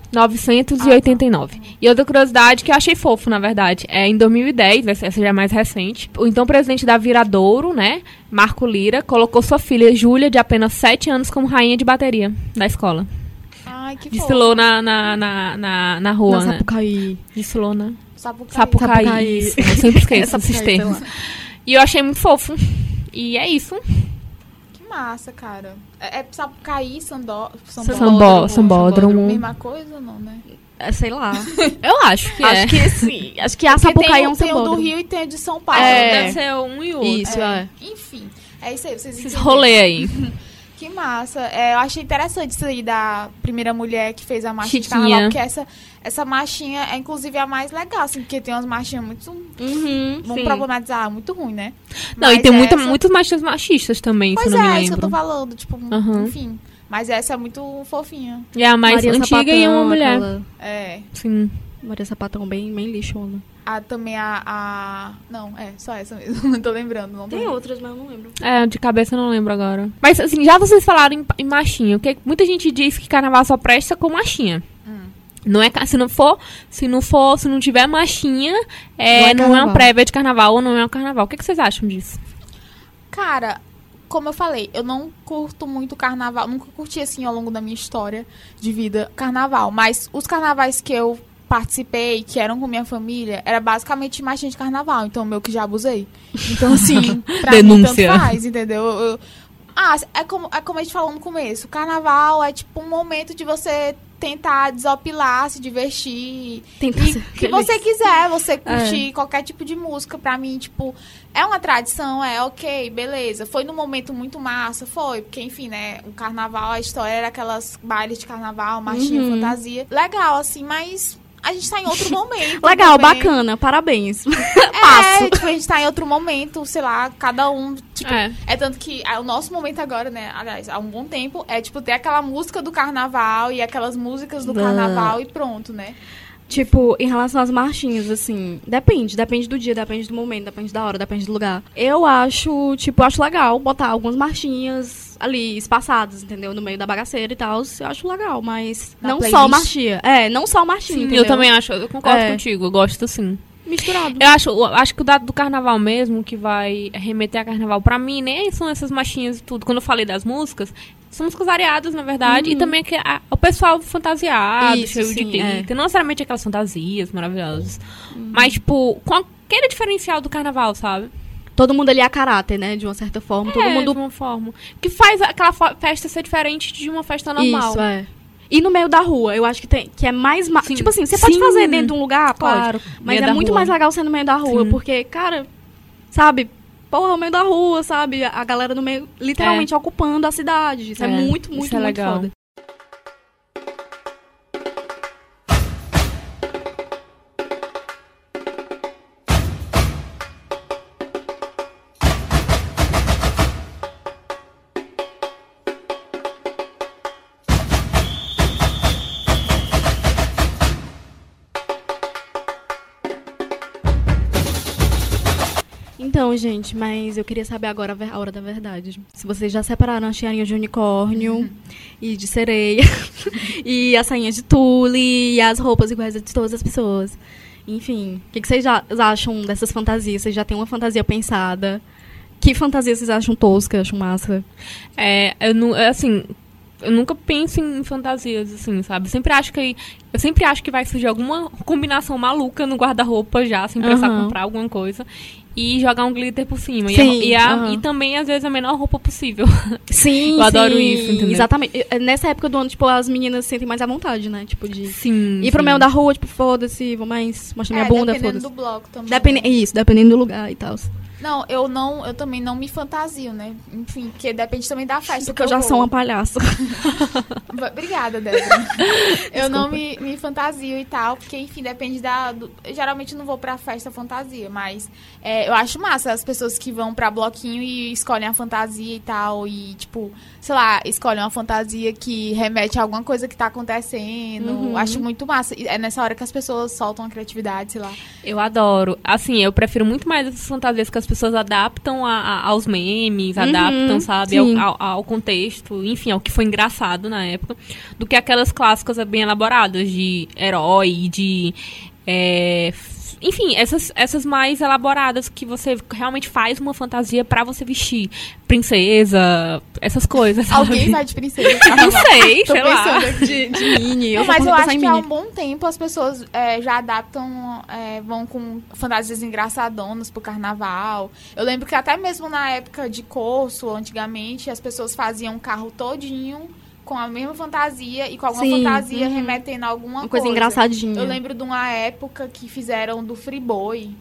1989. E outra curiosidade que eu achei fofo, na verdade, em 2010, essa já é mais recente, o então presidente da Viradouro, né, Marco Lira, colocou sua filha, Júlia, de apenas 7 anos, como rainha de bateria da escola. Ai, que Desfilou fofo. na rua, né? Sapucaí. Desfilou na... Sapucaí. Isso. Eu sempre esqueço esses termos. E eu achei muito fofo. E é isso. Que massa, cara. É Sapucaí, Sambódromo. Mesma coisa ou não, né? Sei lá. Eu acho que Acho que sim. Acho que a Sapucaí é um tem o do sambódromo. Rio e tem o de São Paulo. Deve ser um e outro. Isso, Enfim, é isso aí. Vocês Esses entenderam. rolê aí. Que massa. Eu achei interessante isso aí da primeira mulher que fez a marchinha de Chiquinha. carnaval, porque essa marchinha é, inclusive, a mais legal, assim, porque tem umas marchinhas muito... vamos sim. problematizar, muito ruim, né? Não, Mas e tem essa- muitos machistas também, Pois se eu não me é, isso que eu tô lembro. falando, tipo, enfim. Mas essa é muito fofinha. E a mais Maria antiga Sapatão, e uma mulher. aquela- Sim. Maria Sapatão bem lixona. Também Não, só essa mesmo. Não tô lembrando. Não tô Tem outras, mas eu não lembro. De cabeça eu não lembro agora. Mas, assim, já vocês falaram em machinha, porque muita gente diz que carnaval só presta com machinha. Não é, se não tiver machinha, não é uma prévia de carnaval ou não é um carnaval. O que vocês acham disso? Cara, como eu falei, eu não curto muito carnaval. Nunca curti, assim, ao longo da minha história de vida, carnaval. Mas os carnavais que eu participei, que eram com minha família, era basicamente marchinha de carnaval. Então, meio que já abusei. Então, assim, pra Denúncia. mim, tanto faz, entendeu? É como a gente falou no começo. O carnaval é, tipo, um momento de você tentar desopilar, se divertir. Tentar E ser que feliz. você quiser, você curtir qualquer tipo de música. Pra mim, tipo, é uma tradição, ok, beleza. Foi num momento muito massa, foi. Porque, enfim, né, o carnaval, a história era aquelas bailes de carnaval, marchinha, fantasia. Legal, assim, mas a gente tá em outro momento. Legal, também. bacana, parabéns. Tipo, a gente tá em outro momento, sei lá, cada um, tipo, é tanto que o nosso momento agora, né, aliás, há um bom tempo, é, tipo, ter aquela música do carnaval e aquelas músicas do carnaval e pronto, né? Tipo, em relação às marchinhas, assim, depende do dia, depende do momento, depende da hora, depende do lugar. Eu acho legal botar algumas marchinhas ali, espaçadas, entendeu? No meio da bagaceira e tal, eu acho legal, mas Na não playlist. só marchinha. Não só marchinha, Sim, entendeu? eu também acho, eu concordo contigo, eu gosto sim. Misturado. Eu acho que o dado do carnaval mesmo, que vai remeter a carnaval, pra mim, nem são essas machinhas e tudo. Quando eu falei das músicas, são músicas variadas, na verdade, e também o pessoal fantasiado, Isso, cheio de sim, glitter. Não necessariamente aquelas fantasias maravilhosas, mas, tipo, qualquer diferencial do carnaval, sabe? Todo mundo ali é a caráter, né? De uma certa forma. Todo mundo... de uma forma. Que faz aquela festa ser diferente de uma festa normal. Isso, E no meio da rua, eu acho que é mais... Sim. Tipo assim, você pode Sim. fazer dentro de um lugar? Claro. Pode. Mas meio é da muito rua. mais legal ser no meio da rua, Sim. porque, cara, sabe... porra, no meio da rua, sabe? A galera no meio, literalmente ocupando a cidade. Isso é muito, muito, isso é muito legal. foda. Então, gente, mas eu queria saber agora a hora da verdade. Se vocês já separaram as tiarinhas de unicórnio e de sereia, e a sainha de tule, e as roupas iguais a de todas as pessoas. Enfim, o que vocês já acham dessas fantasias? Vocês já têm uma fantasia pensada? Que fantasia vocês acham tosca, acham massa? Eu nunca penso em fantasias, assim, sabe? Eu sempre acho que vai surgir alguma combinação maluca no guarda-roupa já, sem precisar comprar alguma coisa. E jogar um glitter por cima. Sim, e também, às vezes, a menor roupa possível. Sim, eu adoro isso, entendeu? Exatamente. Nessa época do ano, tipo, as meninas se sentem mais à vontade, né? Tipo, de ir pro sim. meio da rua, tipo, foda-se, vou mais mostrar minha bunda, dependendo foda-se. do bloco também. Dependendo do lugar e tal. Não, eu também não me fantasio, né? Enfim, porque depende também da festa. Porque eu já sou uma palhaça. Obrigada, Débora. Eu não me fantasio e tal, porque, enfim, depende geralmente não vou pra festa fantasia, mas eu acho massa as pessoas que vão pra bloquinho e escolhem a fantasia e tal, e, tipo, sei lá, escolhem uma fantasia que remete a alguma coisa que tá acontecendo. Acho muito massa. É nessa hora que as pessoas soltam a criatividade, sei lá. Eu adoro. Assim, eu prefiro muito mais essas fantasias que as pessoas adaptam aos memes, adaptam, sabe, ao contexto, enfim, ao que foi engraçado na época, do que aquelas clássicas bem elaboradas de herói, de... enfim, essas mais elaboradas que você realmente faz uma fantasia pra você vestir. Princesa, essas coisas, sabe? Alguém vai de princesa? Não sei, sei lá. De mini. Mas eu acho que há um bom tempo as pessoas já adaptam, vão com fantasias engraçadonas pro carnaval. Eu lembro que até mesmo na época de curso, antigamente, as pessoas faziam um carro todinho com a mesma fantasia e com alguma fantasia remetendo a alguma coisa engraçadinha. Eu lembro de uma época que fizeram do Friboi.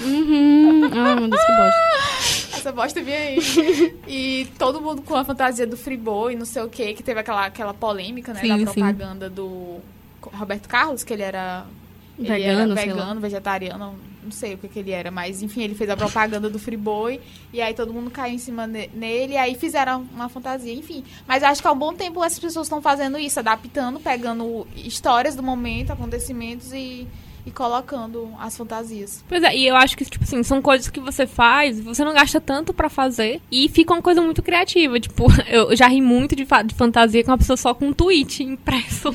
Ah, meu Deus, que bosta. Essa bosta vinha aí. E todo mundo com a fantasia do Friboi, não sei o quê, que teve aquela polêmica, né, da propaganda do Roberto Carlos, que ele era vegano, vegetariano, não sei o que ele era, mas enfim, ele fez a propaganda do Friboi e aí todo mundo caiu em cima nele e aí fizeram uma fantasia, enfim. Mas eu acho que há um bom tempo essas pessoas estão fazendo isso, adaptando, pegando histórias do momento, acontecimentos e colocando as fantasias. Pois é, e eu acho que, tipo assim, são coisas que você faz, você não gasta tanto pra fazer e fica uma coisa muito criativa. Tipo, eu já ri muito de fantasia com uma pessoa só com um tweet impresso.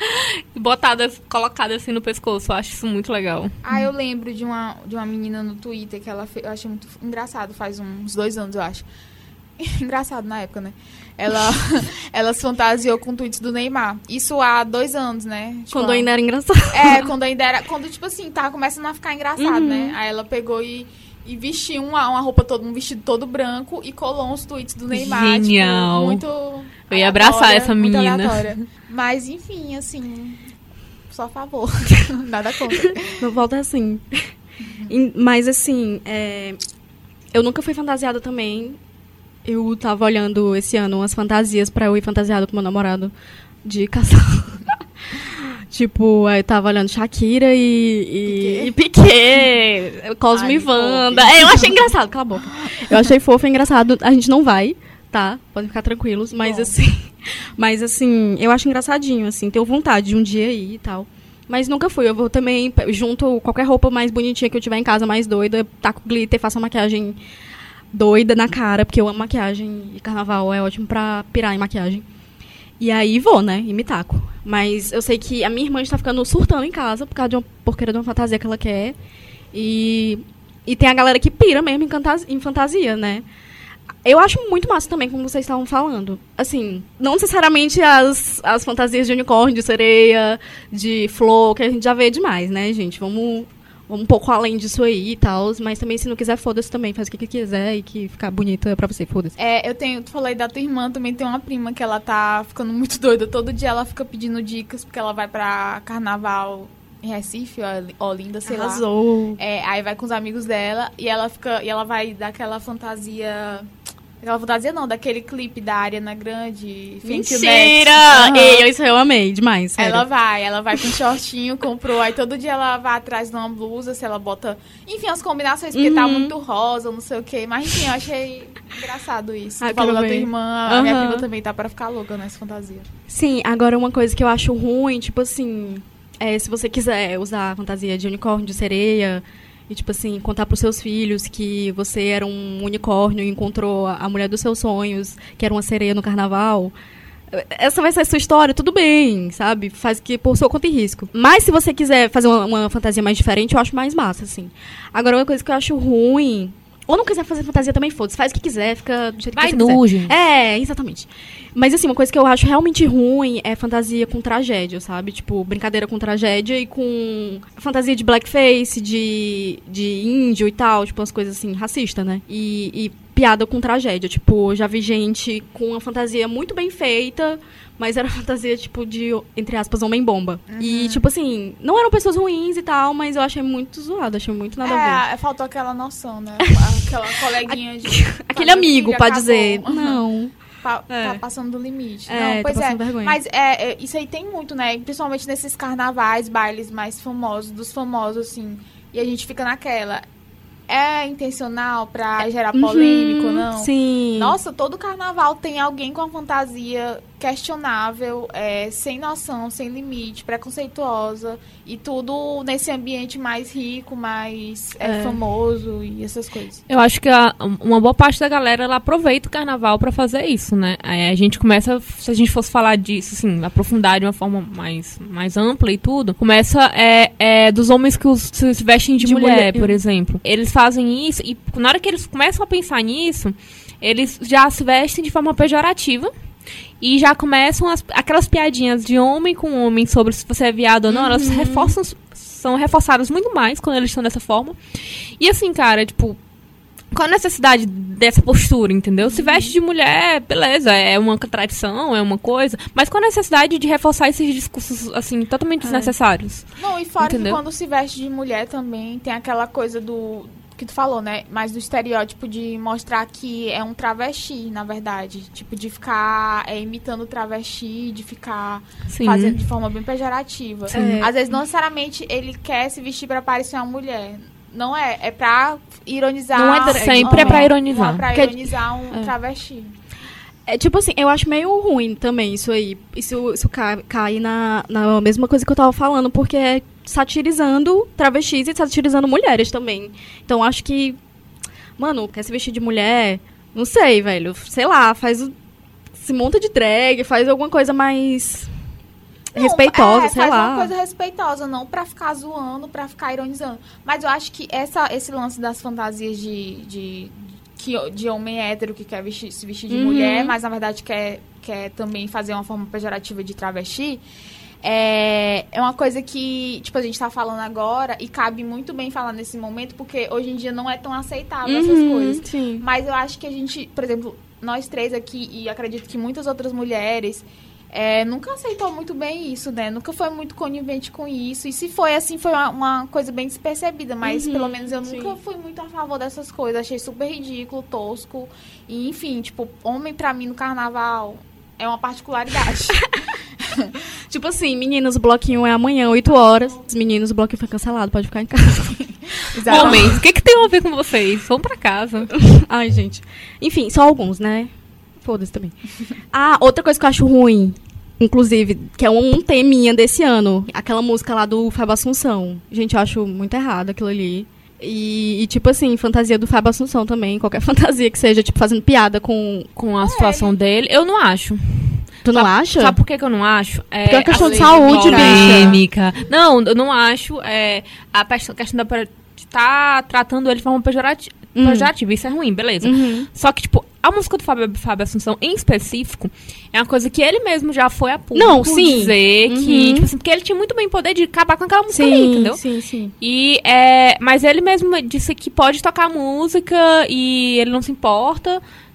Colocada assim no pescoço. Eu acho isso muito legal. Eu lembro de uma menina no Twitter que ela fez, eu achei muito engraçado, faz uns 2 anos, eu acho. Engraçado na época, né? Ela se fantasiou com tweets do Neymar. Isso há 2 anos, né? Tipo, quando ainda era engraçado. Quando, tipo assim, tava começando a ficar engraçado, né? Aí ela pegou e vestiu uma roupa um vestido todo branco e colou uns tweets do Neymar. Genial. Tipo, muito eu ia abraçar essa menina. Mas, enfim, assim, só a favor. Nada contra. Não volta assim. Mas, assim, eu nunca fui fantasiada também. Eu tava olhando esse ano umas fantasias pra eu ir fantasiada com meu namorado de casal. Tipo, eu tava olhando Shakira e Piqué, Cosmo e Wanda. Eu achei engraçado, cala a boca. Eu achei fofo e engraçado. A gente não vai, tá? Podem ficar tranquilos. Mas assim, eu acho engraçadinho, assim. Tenho vontade de um dia ir e tal. Mas nunca fui. Eu vou também, junto qualquer roupa mais bonitinha que eu tiver em casa, mais doida, taco glitter, faço uma maquiagem doida na cara, porque eu amo maquiagem e carnaval é ótimo pra pirar em maquiagem. E aí vou, né? E me taco. Mas eu sei que a minha irmã está ficando surtando em casa por causa de uma porqueira de uma fantasia que ela quer. E tem a galera que pira mesmo em fantasia, né? Eu acho muito massa também, como vocês estavam falando. Assim, não necessariamente as fantasias de unicórnio, de sereia, de flor, que a gente já vê demais, né, gente? Vamos um pouco além disso aí e tal, mas também se não quiser, foda-se também, faz o que quiser e que ficar bonita pra você, foda-se. Tu falei da tua irmã, também tem uma prima que ela tá ficando muito doida, todo dia ela fica pedindo dicas, porque ela vai pra carnaval em Recife, Olinda, sei Arrasou. lá. Aí vai com os amigos dela e ela vai dar aquela fantasia... Aquela fantasia não, daquele clipe da Ariana Grande. Mentira! Uhum. Isso eu amei demais, sério. Ela vai com shortinho, comprou. Aí todo dia ela vai atrás de uma blusa, se ela bota... Enfim, as combinações, porque tá muito rosa, não sei o quê. Mas enfim, eu achei engraçado isso. Tu falou da tua irmã, a minha prima também tá pra ficar louca nessa fantasia. Sim, agora uma coisa que eu acho ruim, tipo assim... se você quiser usar a fantasia de unicórnio, de sereia... E, tipo assim, contar pros seus filhos que você era um unicórnio e encontrou a mulher dos seus sonhos, que era uma sereia no carnaval. Essa vai ser a sua história, tudo bem, sabe? Faz que por sua conta e risco. Mas se você quiser fazer uma fantasia mais diferente, eu acho mais massa, assim. Agora, uma coisa que eu acho ruim... Ou não quiser fazer fantasia também, foda-se. Faz o que quiser, fica do jeito que você quiser. Gente. Exatamente. Mas, assim, uma coisa que eu acho realmente ruim é fantasia com tragédia, sabe? Tipo, brincadeira com tragédia e com fantasia de blackface, de índio e tal. Tipo, umas coisas, assim, racista, né? E piada com tragédia. Tipo, já vi gente com uma fantasia muito bem feita, mas era fantasia, tipo, de, entre aspas, homem-bomba. Uhum. E, tipo assim, não eram pessoas ruins e tal, mas eu achei muito zoado, achei muito nada a ver. Faltou aquela noção, né? Aquela coleguinha de... Aquele amigo pra dizer, não... Tá passando do limite. Não, pois tá vergonha. Mas isso aí tem muito, né? Principalmente nesses carnavais, bailes mais famosos, dos famosos, assim. E a gente fica naquela... É intencional pra gerar polêmica ou não? Sim. Nossa, todo carnaval tem alguém com uma fantasia questionável, sem noção, sem limite, preconceituosa. E tudo nesse ambiente mais rico, mais famoso e essas coisas. Eu acho que uma boa parte da galera ela aproveita o carnaval pra fazer isso, né? A gente começa, se a gente fosse falar disso, assim, aprofundar de uma forma mais ampla e tudo, começa dos homens que se vestem de mulher, por exemplo. Eles fazem isso e na hora que eles começam a pensar nisso, eles já se vestem de forma pejorativa. E já começam aquelas piadinhas de homem com homem sobre se você é viado ou não, elas são reforçadas muito mais quando eles estão dessa forma. E assim, cara, tipo, qual a necessidade dessa postura, entendeu? Se veste de mulher, beleza, é uma tradição, é uma coisa, mas qual a necessidade de reforçar esses discursos, assim, totalmente desnecessários? Não, e fora entendeu? que quando se veste de mulher também tem aquela coisa do... que tu falou, né? Mas do estereótipo de mostrar que é um travesti, na verdade. Tipo, de ficar imitando travesti, de ficar fazendo de forma bem pejorativa. Às vezes, não necessariamente ele quer se vestir pra parecer uma mulher. Não é pra ironizar. Não sempre é pra ironizar. Não é pra ironizar um travesti. Tipo assim, eu acho meio ruim também isso aí. Isso cai na mesma coisa que eu tava falando, porque é satirizando travestis e satirizando mulheres também. Então, acho que... Mano, quer se vestir de mulher? Não sei, velho. Sei lá, se monta de drag, faz alguma coisa mais... respeitosa, sei lá. Faz uma coisa respeitosa, não pra ficar zoando, pra ficar ironizando. Mas eu acho que esse lance das fantasias de homem hétero que quer se vestir de mulher, mas na verdade quer também fazer uma forma pejorativa de travesti, é uma coisa que, tipo, a gente tá falando agora e cabe muito bem falar nesse momento, porque hoje em dia não é tão aceitável essas coisas. Sim. Mas eu acho que a gente, por exemplo, nós três aqui, e acredito que muitas outras mulheres... nunca aceitou muito bem isso, né? Nunca foi muito conivente com isso. E se foi assim, foi uma coisa bem despercebida. Mas, pelo menos, eu nunca fui muito a favor dessas coisas. Achei super ridículo, tosco. E, enfim, tipo, homem pra mim no carnaval é uma particularidade. Tipo assim, meninas, o bloquinho é amanhã, 8 horas. Os meninos, o bloquinho foi cancelado, pode ficar em casa. Homens, o que tem a ver com vocês? Vão pra casa. Ai, gente. Enfim, só alguns, né? Foda-se também. Outra coisa que eu acho ruim, inclusive, que é um teminha desse ano, aquela música lá do Fábio Assunção. Gente, eu acho muito errado aquilo ali. E tipo assim, fantasia do Fábio Assunção também, qualquer fantasia que seja, tipo, fazendo piada com a situação dele, eu não acho. Tu não acha? Sabe por que eu não acho? Porque é uma questão de saúde, bicha. Não, eu não acho. A questão da tá tratando ele de forma pejorativa. Isso é ruim, beleza. Só que, tipo, a música do Fábio Assunção, em específico, é uma coisa que ele mesmo já foi a público dizer que, tipo assim, porque ele tinha muito bem poder de acabar com aquela música ali, entendeu? Sim. E, mas ele mesmo disse que pode tocar música e ele não se importa.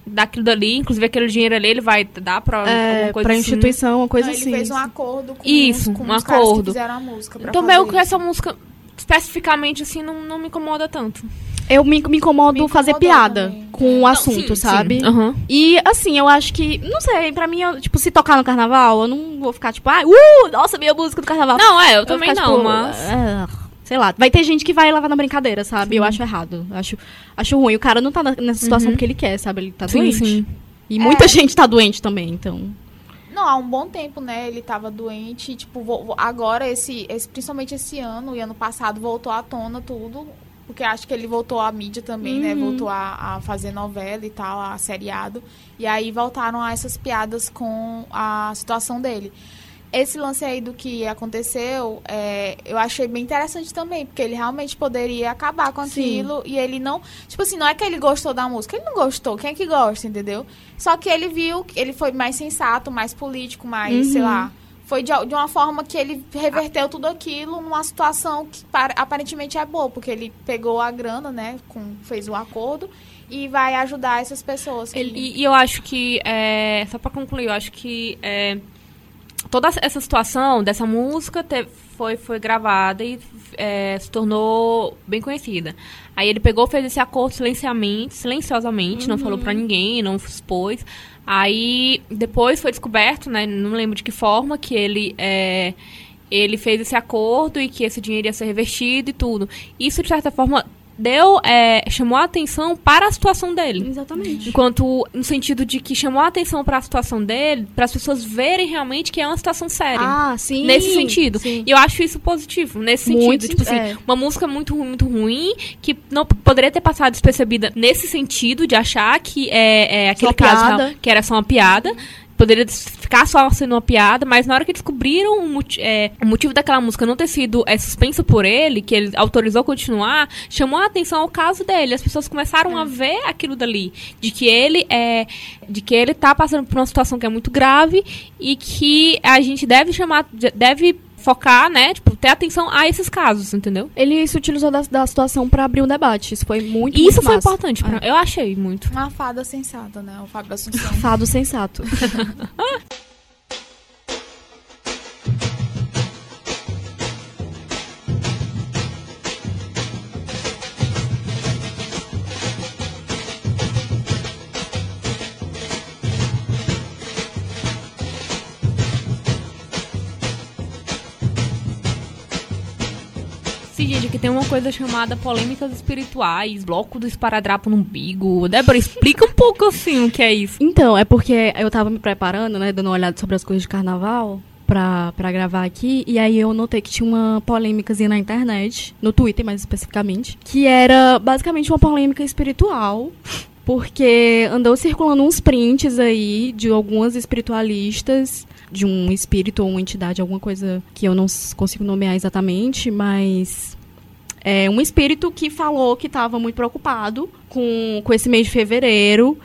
daquilo dali, inclusive aquele dinheiro ali, ele vai dar pra alguma coisa pra assim. instituição, uma coisa Então, assim. ele fez um acordo com Isso, com um os caras que acordo. fizeram a música. Pra Então, fazer meio que isso. essa música, especificamente, assim, não me incomoda tanto. Eu me incomodo Me fazer incomodou piada também. com o assunto, Sim, sabe? sim. Aham. E, assim, eu acho que... Não sei, pra mim, tipo, se tocar no carnaval, eu não vou ficar, tipo... nossa, minha música do carnaval. Não, eu vou também ficar, não, tipo, mas... sei lá, vai ter gente que vai levar na brincadeira, sabe? Eu acho errado. Acho ruim. O cara não tá nessa situação porque ele quer, sabe? Ele tá doente. Sim. E muita gente tá doente também, então... Não, há um bom tempo, né? Ele tava doente. Tipo, agora, principalmente esse ano e ano passado, voltou à tona tudo. Porque acho que ele voltou à mídia também, né? Voltou a fazer novela e tal, a seriado. E aí voltaram a essas piadas com a situação dele. Esse lance aí do que aconteceu, eu achei bem interessante também, porque ele realmente poderia acabar com aquilo. E ele não... Tipo assim, não é que ele gostou da música, ele não gostou. Quem é que gosta, entendeu? Só que ele viu que ele foi mais sensato, mais político, mais, sei lá... Foi de uma forma que ele reverteu tudo aquilo numa situação que aparentemente é boa, porque ele pegou a grana, né, fez o acordo e vai ajudar essas pessoas. E eu acho que, só pra concluir, eu acho que toda essa situação dessa música foi gravada e se tornou bem conhecida. Aí ele fez esse acordo silenciosamente, não falou pra ninguém, não expôs. Aí depois foi descoberto, né, não lembro de que forma, que ele fez esse acordo e que esse dinheiro ia ser revertido e tudo. Isso, de certa forma, chamou a atenção para a situação dele. Exatamente. Enquanto, no sentido de que chamou a atenção para a situação dele, para as pessoas verem realmente que é uma situação séria. Ah, sim. Nesse sentido. Sim. E eu acho isso positivo, nesse Muito sentido. Tipo assim, uma música muito ruim, que não poderia ter passado despercebida nesse sentido, de achar que aquele caso que era só uma piada. Poderia ficar só sendo uma piada, mas na hora que descobriram o motivo daquela música não ter sido suspenso por ele, que ele autorizou continuar, chamou a atenção ao caso dele. As pessoas começaram a ver aquilo dali, de que ele tá passando por uma situação que é muito grave e que a gente deve focar, né, tipo, ter atenção a esses casos, entendeu? Ele se utilizou da situação pra abrir um debate. Isso foi muito foi massa. importante. Eu achei muito. Uma fada sensata, né? O Fábio Assunção. Fado sensato. Gente, que tem uma coisa chamada polêmicas espirituais, bloco do esparadrapo no umbigo. Débora, explica um pouco assim o que é isso. Então, é porque eu tava me preparando, né, dando uma olhada sobre as coisas de carnaval pra gravar aqui, e aí eu notei que tinha uma polêmicazinha na internet, no Twitter mais especificamente, que era basicamente uma polêmica espiritual, porque andou circulando uns prints aí de algumas espiritualistas, de um espírito ou uma entidade, alguma coisa que eu não consigo nomear exatamente, mas um espírito que falou que estava muito preocupado com esse mês de fevereiro,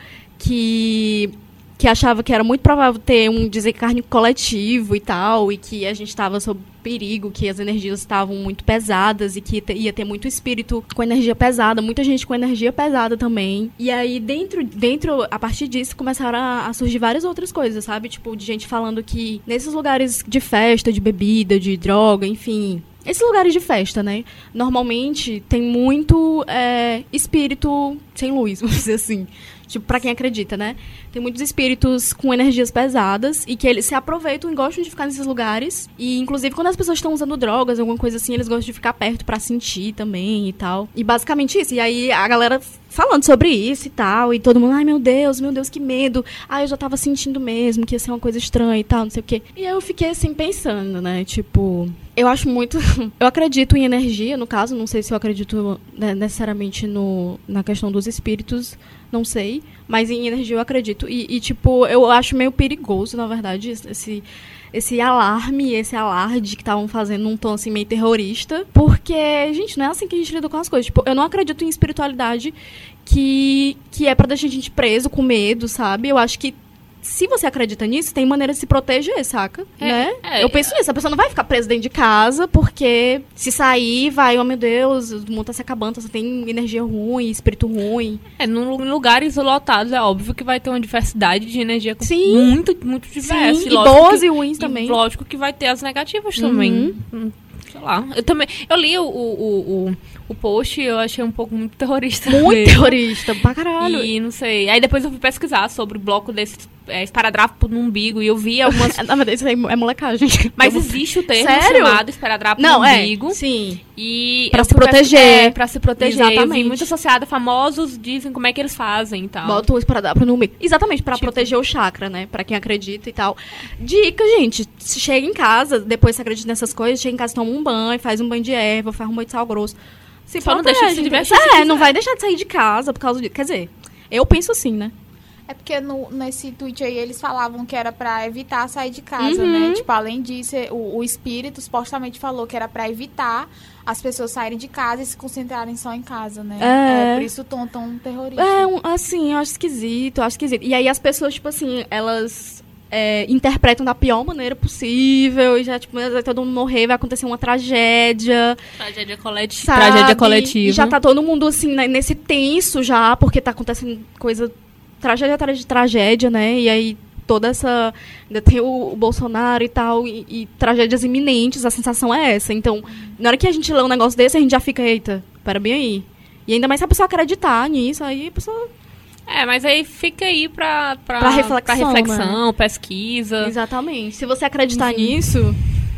que achava que era muito provável ter um desencarne coletivo e tal, e que a gente estava sob perigo, que as energias estavam muito pesadas e que ia ter muito espírito com energia pesada, muita gente com energia pesada também. E aí, dentro a partir disso, começaram a surgir várias outras coisas, sabe? Tipo, de gente falando que nesses lugares de festa, de bebida, de droga, enfim... Esses lugares de festa, né? Normalmente tem muito espírito sem luz, vamos dizer assim. Tipo, pra quem acredita, né? Tem muitos espíritos com energias pesadas e que eles se aproveitam e gostam de ficar nesses lugares. E, inclusive, quando as pessoas estão usando drogas, alguma coisa assim, eles gostam de ficar perto pra sentir também e tal. E basicamente isso. E aí a galera falando sobre isso e tal. E todo mundo, ai, meu Deus, que medo. Eu já tava sentindo mesmo que ia ser uma coisa estranha e tal, não sei o quê. E aí eu fiquei assim pensando, né? Tipo... Eu acho muito... Eu acredito em energia, no caso. Não sei se eu acredito necessariamente na questão dos espíritos. Não sei. Mas em energia eu acredito. E tipo, eu acho meio perigoso, na verdade, esse alarme, esse alarde que estavam fazendo num tom assim meio terrorista. Porque, gente, não é assim que a gente lida com as coisas. Tipo, eu não acredito em espiritualidade que é pra deixar a gente preso, com medo, sabe? Eu acho que se você acredita nisso, tem maneira de se proteger, saca? Né? Eu penso nisso. A pessoa não vai ficar presa dentro de casa, porque se sair, vai, oh meu Deus, o mundo tá se acabando, você tem energia ruim, espírito ruim. Em lugares lotados, é óbvio que vai ter uma diversidade de energia Sim. muito, muito diversa. Sim, e boas e ruins também. Lógico que vai ter as negativas também. Sei lá. Eu li o post e eu achei um pouco muito terrorista. Muito terrorista, pra caralho. E não sei. Aí depois eu fui pesquisar sobre o bloco desse esparadrapo no umbigo e eu vi algumas... Na verdade, isso aí é molecagem. Mas existe o termo Sério? chamado esparadrapo no umbigo. Sim. E pra se proteger. Pra se proteger. Exatamente. Eu vi muito associado, famosos dizem como é que eles fazem e tal. Bota o esparadrapo no umbigo. Exatamente, pra proteger o chakra, né? Pra quem acredita e tal. Dica, gente. Se chega em casa, depois você acredita nessas coisas, chega em casa, toma um banho, faz um banho de erva, faz um banho de sal grosso. Só não deixa de se divertir. Não vai deixar de sair de casa por causa disso. Quer dizer, eu penso assim, né? É porque nesse tweet aí eles falavam que era pra evitar sair de casa, né? Tipo, além disso, o espírito supostamente falou que era pra evitar as pessoas saírem de casa e se concentrarem só em casa, né? Por isso o tom tão terrorista. Assim, eu acho esquisito, E aí as pessoas, tipo assim, elas interpretam da pior maneira possível e já, tipo, vai todo mundo morrer, vai acontecer uma tragédia. Tragédia coletiva. E já tá todo mundo, assim, nesse tenso já, porque tá acontecendo coisa... Tragédia atrás de tragédia, né? E aí toda essa... Ainda tem o Bolsonaro e tal, e tragédias iminentes, a sensação é essa. Então, na hora que a gente lê um negócio desse, a gente já fica, eita, pera bem aí. E ainda mais se a pessoa acreditar nisso, aí a pessoa... mas aí fica aí pra reflexão, né? Pesquisa. Exatamente. Se você acreditar nisso...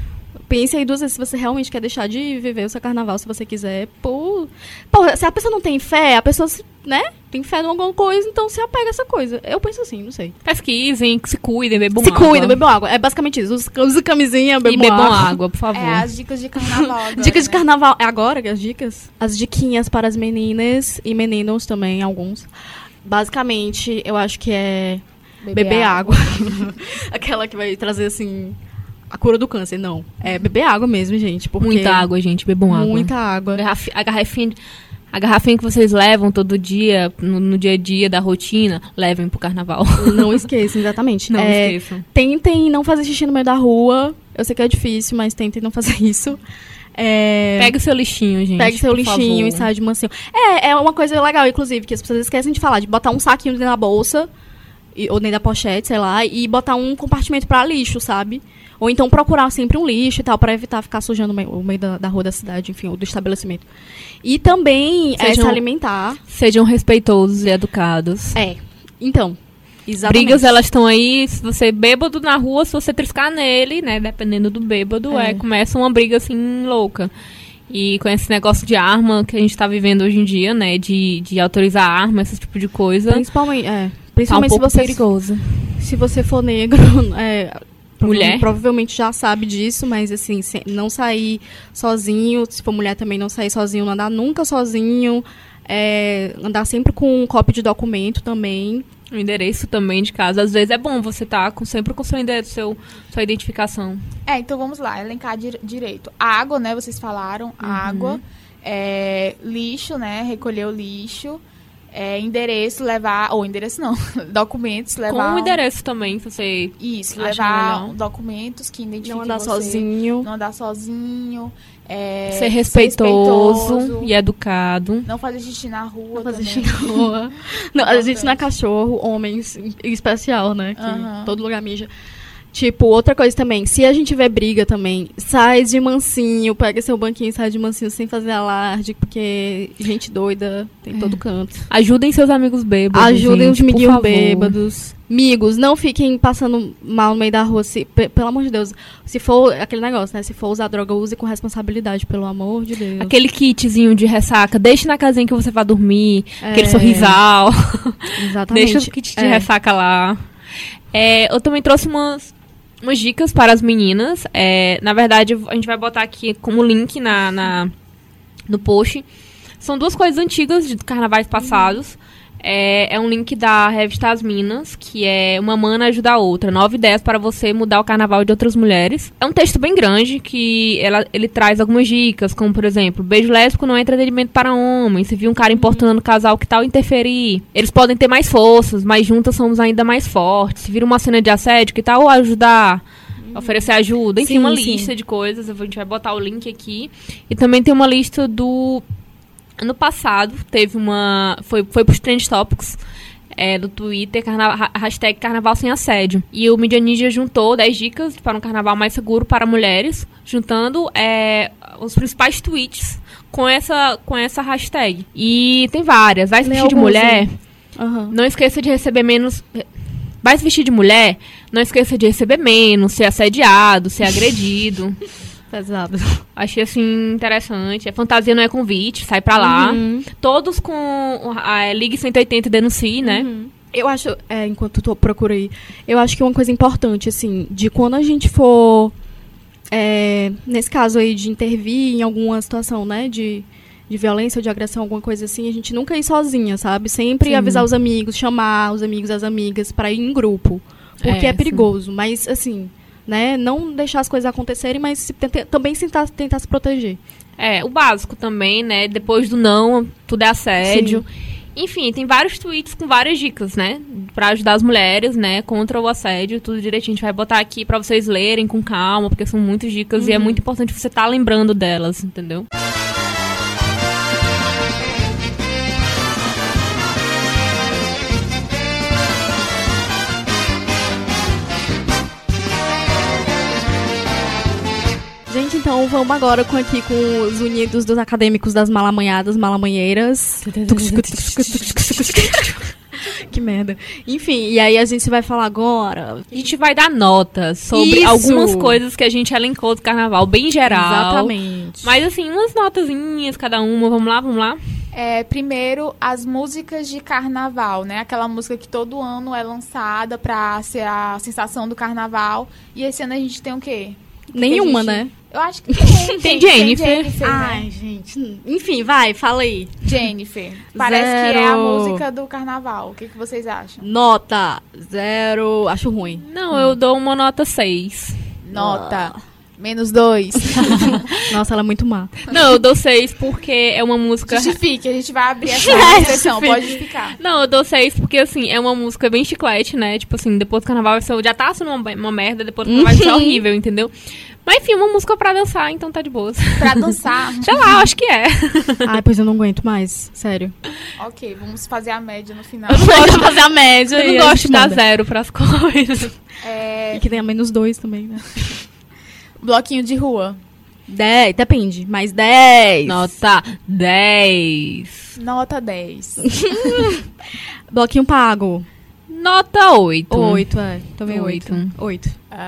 Pense aí 2 vezes se você realmente quer deixar de viver o seu carnaval, se você quiser. Pô, se a pessoa não tem fé, a pessoa, né, tem fé em alguma coisa, então se apega a essa coisa. Eu penso assim, não sei. Pesquisem, se cuidem, bebam água. Se cuidem, bebam água. É basicamente isso. Use camisinha, bebam água, por favor. As dicas de carnaval agora, dicas de carnaval. É agora que as dicas? As diquinhas para as meninas e meninos também, alguns. Basicamente, eu acho que é beber água. Aquela que vai trazer, assim... A cura do câncer, não. É beber água mesmo, gente. Porque muita água, gente. Bebam água. Muita água. A garrafinha que vocês levam todo dia, no dia a dia da rotina, levem pro carnaval. Não esqueçam, exatamente. Não esqueçam. Tentem não fazer xixi no meio da rua. Eu sei que é difícil, mas tentem não fazer isso. Pega o seu lixinho, gente. Pega o seu lixinho e sai de mansinho. É uma coisa legal, inclusive, que as pessoas esquecem de falar. De botar um saquinho dentro da bolsa, ou dentro da pochete, sei lá, e botar um compartimento pra lixo, sabe? Ou então procurar sempre um lixo e tal, pra evitar ficar sujando o meio da rua da cidade, enfim, ou do estabelecimento. E também se alimentar. Sejam respeitosos e educados. Então, exatamente. Brigas, elas estão aí, se você bêbado na rua, se você triscar nele, né, dependendo do bêbado, começa uma briga, assim, louca. E com esse negócio de arma que a gente tá vivendo hoje em dia, né, de autorizar arma, esse tipo de coisa. Principalmente tá um pouco se você perigoso. Se você for negro, mulher provavelmente já sabe disso, mas assim, não sair sozinho, se for mulher também não sair sozinho, não andar nunca sozinho, andar sempre com um cópia de documento também. O endereço também de casa. Às vezes é bom você estar sempre com o seu endereço, sua identificação. Então vamos lá, elencar direito. Água, né, vocês falaram, água, lixo, né, recolher o lixo. Endereço, levar... Ou endereço não. Documentos, levar... Com o endereço também, se você... Isso, levar documentos que identifiquem Não andar você. sozinho. Não andar sozinho. Ser respeitoso e educado. Não fazer xixi na rua. Não fazer xixi na rua. Não, a gente não é cachorro, homens em especial, né? Que todo lugar mija. Tipo, outra coisa também, se a gente vê briga também, sai de mansinho, pega seu banquinho e sai de mansinho sem fazer alarde, porque gente doida tem todo canto. Ajudem seus amigos bêbados. Ajudem os amiguinhos bêbados. Amigos, não fiquem passando mal no meio da rua, pelo amor de Deus. Se for aquele negócio, né? Se for usar droga, use com responsabilidade, pelo amor de Deus. Aquele kitzinho de ressaca, deixe na casinha que você vai dormir, aquele sorrisal. Exatamente. Deixa o kit de ressaca lá. Eu também trouxe umas dicas para as meninas. Na verdade, a gente vai botar aqui como link no post. São 2 coisas antigas de carnavais passados. É um link da revista As Minas, que é Uma Mana Ajuda a Outra. 9 ideias para você mudar o carnaval de outras mulheres. É um texto bem grande, que ele traz algumas dicas, como, por exemplo, beijo lésbico não é entretenimento para homens. Se vir um cara importando o casal, que tal interferir? Eles podem ter mais forças, mas juntas somos ainda mais fortes. Se vir uma cena de assédio, que tal ajudar? Oferecer ajuda. Enfim, uma lista de coisas. A gente vai botar o link aqui. E também tem uma lista do... Ano passado, teve uma... Foi pros Trend Topics do Twitter, hashtag Carnaval Sem Assédio. E o Mídia Ninja juntou 10 dicas para um carnaval mais seguro para mulheres, juntando os principais tweets com essa hashtag. E tem várias. Vai se vestir de mulher, não esqueça de receber menos... Vai se vestir de mulher, não esqueça de receber menos, ser assediado, ser agredido. Pesado. Achei, assim, interessante. Fantasia não é convite, sai pra lá. Todos com a Ligue 180 e denuncie, né? Eu acho, enquanto tu procura aí, eu acho que uma coisa importante, assim, de quando a gente for, nesse caso aí, de intervir em alguma situação, né, de violência ou de agressão, alguma coisa assim, a gente nunca ir sozinha, sabe? Sempre avisar os amigos, chamar os amigos, as amigas pra ir em grupo. Porque é perigoso, mas, assim... Né? Não deixar as coisas acontecerem, mas também tentar se proteger. O básico também, né? Depois do não, tudo é assédio. Sim. Enfim, tem vários tweets com várias dicas, né? Pra ajudar as mulheres, né? Contra o assédio, tudo direitinho. A gente vai botar aqui pra vocês lerem com calma, porque são muitas dicas e é muito importante você estar lembrando delas, entendeu? Gente, então vamos agora com os unidos dos acadêmicos das malamanhadas, malamanheiras. Que merda. Enfim, e aí a gente vai falar agora... A gente vai dar notas sobre algumas coisas que a gente elencou do carnaval, bem geral. Exatamente. Mas assim, umas notazinhas cada uma. Vamos lá? Primeiro, as músicas de carnaval, né? Aquela música que todo ano é lançada pra ser a sensação do carnaval. E esse ano a gente tem o quê? Nenhuma, né? Eu acho que tem Jennifer. Ai, gente. Enfim, fala aí. Jennifer. Parece que é a música do carnaval. O que vocês acham? Nota 0. Acho ruim. Não, eu dou uma nota 6. Nota -2. Nossa, ela é muito má. Não, eu dou 6 porque é uma música... Justifique, a gente vai abrir essa sessão, pode justificar. Não, eu dou 6 porque, assim, é uma música bem chiclete, né? Tipo assim, depois do carnaval já tá sendo uma merda, depois do carnaval vai ser horrível, entendeu? Mas enfim, uma música pra dançar, então tá de boas. Pra dançar? Sei lá, acho que é. Ai, pois eu não aguento mais, sério. Ok, vamos fazer a média no final. Eu não gosto de fazer a média. Eu não gosto de dar 0 pras coisas. E que tenha -2 também, né? Bloquinho de rua. 10, depende, mas 10. Nota 10. Nota 10. Bloquinho pago. Nota 8. 8, também 8. 8.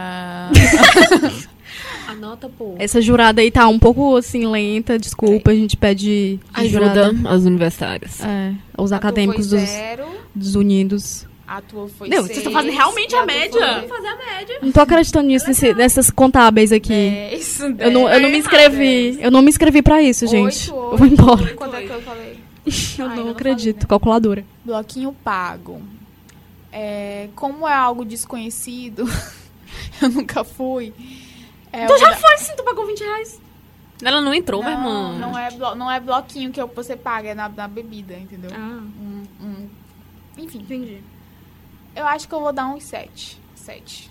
Anota, pô. Essa jurada aí tá um pouco, assim, lenta, desculpa, a gente pede ajuda aos universitários. Os acadêmicos dos unidos. A tua foi não, 6. Vocês estão fazendo realmente a média? Vamos fazer a média. Não tô acreditando nisso, nessas contábeis aqui. 10, eu não me inscrevi. 10. Eu não me inscrevi pra isso, gente. 8, eu vou embora. Quanto é que eu falei? Eu não acredito. Falei, né? Calculadora. Bloquinho pago. Como é algo desconhecido, eu nunca fui. Tu já foi, sim, tu pagou R$20. Ela não entrou, minha irmã. Não é bloquinho que você paga, é na bebida, entendeu? Enfim. Entendi. Eu acho que eu vou dar uns 7. 7.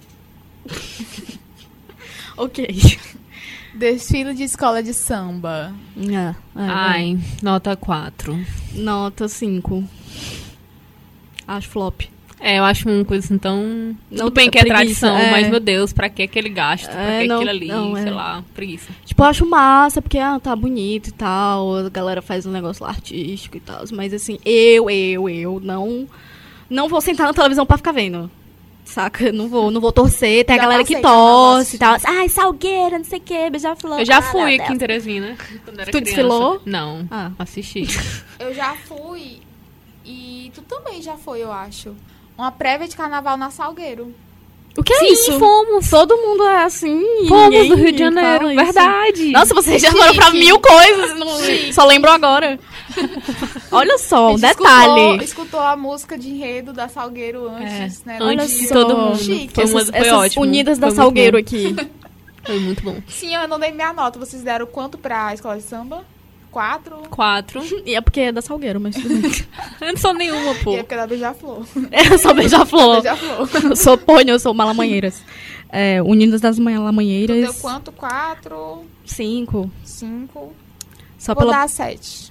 Ok. Desfile de escola de samba. Ai, nota 4. Nota 5. Acho flop. Eu acho uma coisa assim tão... Tudo bem que é tradição, mas, meu Deus, pra que aquele gasto? Pra que aquilo ali? Sei lá, preguiça. Tipo, eu acho massa, porque tá bonito e tal, a galera faz um negócio lá artístico e tal, mas assim, eu não vou sentar na televisão pra ficar vendo. Saca? Não vou torcer. Tem a galera que torce e tal. Ai, Salgueira, não sei o que, beija-flor. Eu já fui aqui em Teresina. Quando era tu criança. Desfilou? Não, assisti. Eu já fui e tu também já foi, eu acho. Uma prévia de carnaval na Salgueiro. O que é Sim, isso? fomos. Todo mundo é assim. e Fomos ninguém do Rio de Janeiro, fala isso. verdade. Nossa, vocês já foram pra 1000 coisas. Só lembro agora. Olha só, um detalhe. Escutou a música de enredo da Salgueiro antes, né? Olha Antes de só. todo mundo. Chique. Foi Essas ótimo. unidas da Foi muito Salgueiro bom. aqui. Foi muito bom. Sim, eu não dei minha nota. Vocês deram quanto pra escola de samba? 4? 4. E é porque é da Salgueiro, mas tudo bem. Eu não sou nenhuma, pô. E é porque é da Beija-Flor. Eu sou beija-flor. Beija-Flor. Eu sou ponho, eu sou malamanheiras. Unidas das Malamanheiras. Deu quanto? 4? 5. 5? Só Vou pela... dar 7.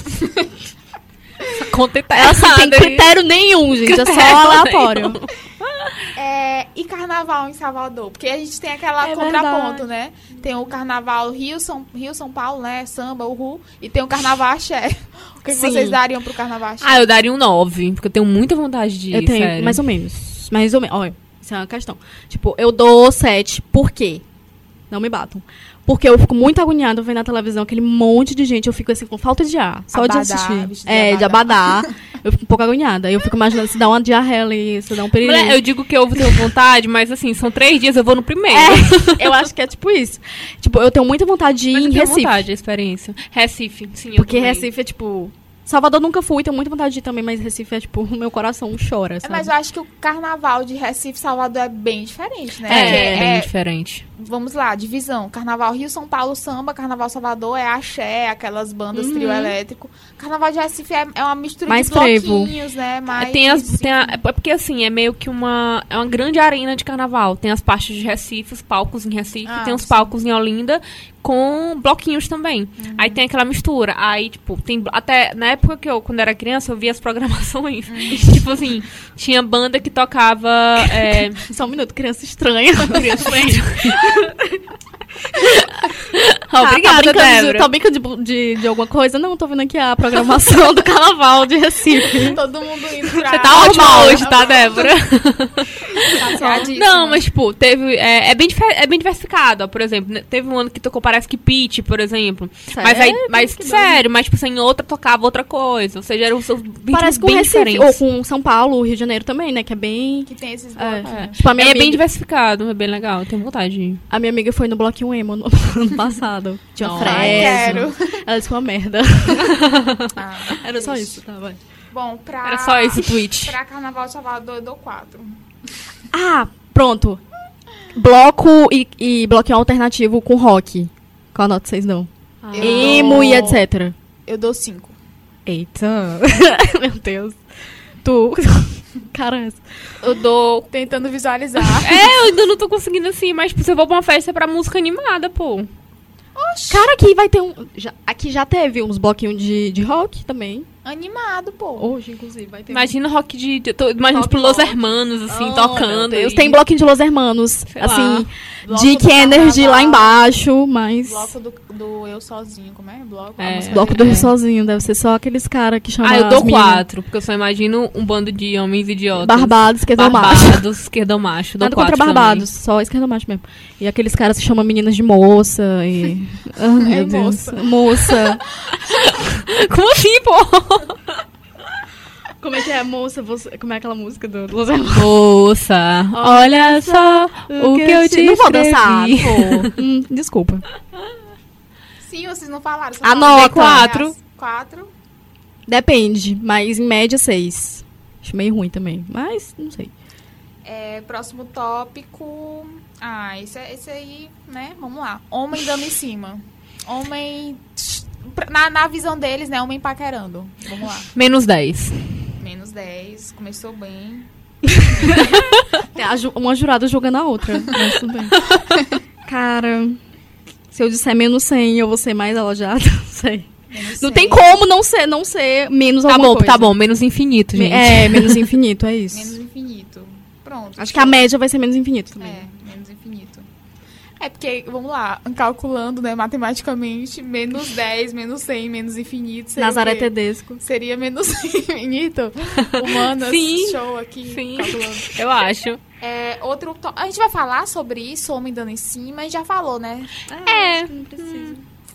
Conta Ela não tem critério nenhum, gente. É só aleatório. E carnaval em Salvador? Porque a gente tem aquela É contraponto, né? Tem o carnaval Rio-São Paulo, né? Samba, Uhu. E tem o carnaval Axé. O que Sim. vocês dariam pro carnaval Axé? Eu daria um 9, porque eu tenho muita vontade de ir, Eu tenho, sério. mais ou menos. Mais ou menos. Olha, isso é uma questão. Tipo, eu dou 7. Por quê? Não me batam. Porque eu fico muito agoniada vendo na televisão aquele monte de gente. Eu fico assim, com falta de ar. Só de Abadá, assistir. vestido de De abadá. Eu fico um pouco agoniada. Eu fico imaginando se dá uma diarreia ali, se dá um perigo. Mulher, eu digo que eu tenho vontade, mas assim, são 3 dias, eu vou no primeiro. Eu acho que é tipo isso. Tipo, eu tenho muita vontade de ir Mas em eu tenho Recife. vontade, a experiência. Recife, sim. Porque eu também. Recife é tipo... Salvador nunca fui, tenho muita vontade de ir também, mas Recife é tipo, o meu coração chora, sabe? Mas eu acho que o carnaval de Recife e Salvador é bem diferente, né? É, Porque bem diferente. Vamos lá, divisão. Carnaval Rio-São Paulo, samba. Carnaval Salvador é axé, aquelas bandas trio elétrico. Carnaval de Recife é uma mistura Mais de frevo. bloquinhos, né? Mais... É porque assim, é meio que uma grande arena de carnaval. Tem as partes de Recife, os palcos em Recife, tem os sim. palcos em Olinda, com bloquinhos também. Aí tem aquela mistura. Aí, tipo, tem até na época que quando era criança, eu via as programações. Tipo assim, tinha banda que tocava. Só um minuto, criança estranha. Criança Obrigada, Débora. Tá brincando de alguma coisa? Não, tô vendo aqui a programação do carnaval de Recife. Todo mundo indo pra... Você tá ótima hoje, tá, Débora? Não, mas, tipo, teve... É bem diversificado, ó. Por exemplo, teve um ano que tocou, parece que Pitty, por exemplo. Mas sério, mas, tipo, assim, em outra tocava outra coisa. Ou seja, eram parece com bem Recife, diferentes. ou com São Paulo, Rio de Janeiro também, né? Que é bem... Que tem esses bloquinhos. Tipo, a minha É bem amiga, diversificado, é bem legal. Tenho vontade de ir. a minha amiga foi no Bloquinho Emo no ano passado. Tinha Nossa. Fresno. Ela disse uma merda. Ah, Era só triste. isso, tá, vai. Bom, pra... Era só esse tweet. Pra Carnaval de Salvador, eu dou 4. Ah, pronto. Bloco e bloquinho alternativo com rock. Qual nota vocês dão? Eu Emo dou- e etc. Eu dou 5. Eita. Meu Deus. Tu. Caramba. Eu dou... Tentando visualizar. eu ainda não tô conseguindo assim, mas tipo, se eu vou pra uma festa é pra música animada, pô. Cara, aqui vai ter um... aqui já teve uns bloquinhos de rock também. Animado, pô. Hoje, inclusive, vai ter. Imagina rock imagina Rock tipo Los rock. Hermanos, assim, Oh, tocando. meu Deus. e- Tem bloquinho de Los Hermanos. Sei assim, lá. Bloco Dick do Energy lá carnaval. embaixo, mas... Bloco do Eu Sozinho, como é? Bloco, É. a música Bloco do dele. Rio sozinho, deve ser só aqueles caras que chamam eu dou as meninas. 4, porque eu só imagino um bando de homens idiotas. Barbados, esquerdomacho. Barbados, esquerdomacho. Dou Nada contra 4 barbados, só esquerdomacho mesmo. E aqueles caras que chamam meninas de moça e... Ai, meu Deus. Moça. também. Como assim, pô? Como é que é, moça? Como é aquela música do Los Hermanos? Moça, olha só o que eu te Não vou dançar, escrevi. pô. Desculpa. Sim, vocês não falaram. Só Anota. falaram 4. Depende, mas em média 6. Acho meio ruim também, mas não sei. Próximo tópico. Esse aí, né? Vamos lá. Homem dando em cima. Homem... Na visão deles, né? Homem paquerando. Vamos lá. Menos 10. Menos 10. Começou bem. Tem uma jurada julgando a outra, mas tudo bem. Cara, se eu disser menos 100, eu vou ser mais elogiada, não sei. Menos Não 100. tem como não ser menos alguma coisa. Tá bom, menos infinito, gente. É, menos infinito, é isso. Menos infinito. Pronto. Acho que a média vai ser menos infinito também. Menos infinito. Porque, vamos lá, calculando, né, matematicamente, menos 10, menos 100, menos infinito. Seria Nazaré o quê? Tedesco. Seria menos infinito? Humanas, Sim. show aqui, Sim. calculando. Eu acho. A gente vai falar sobre isso, homem dando em cima, a gente já falou, né? Não precisa.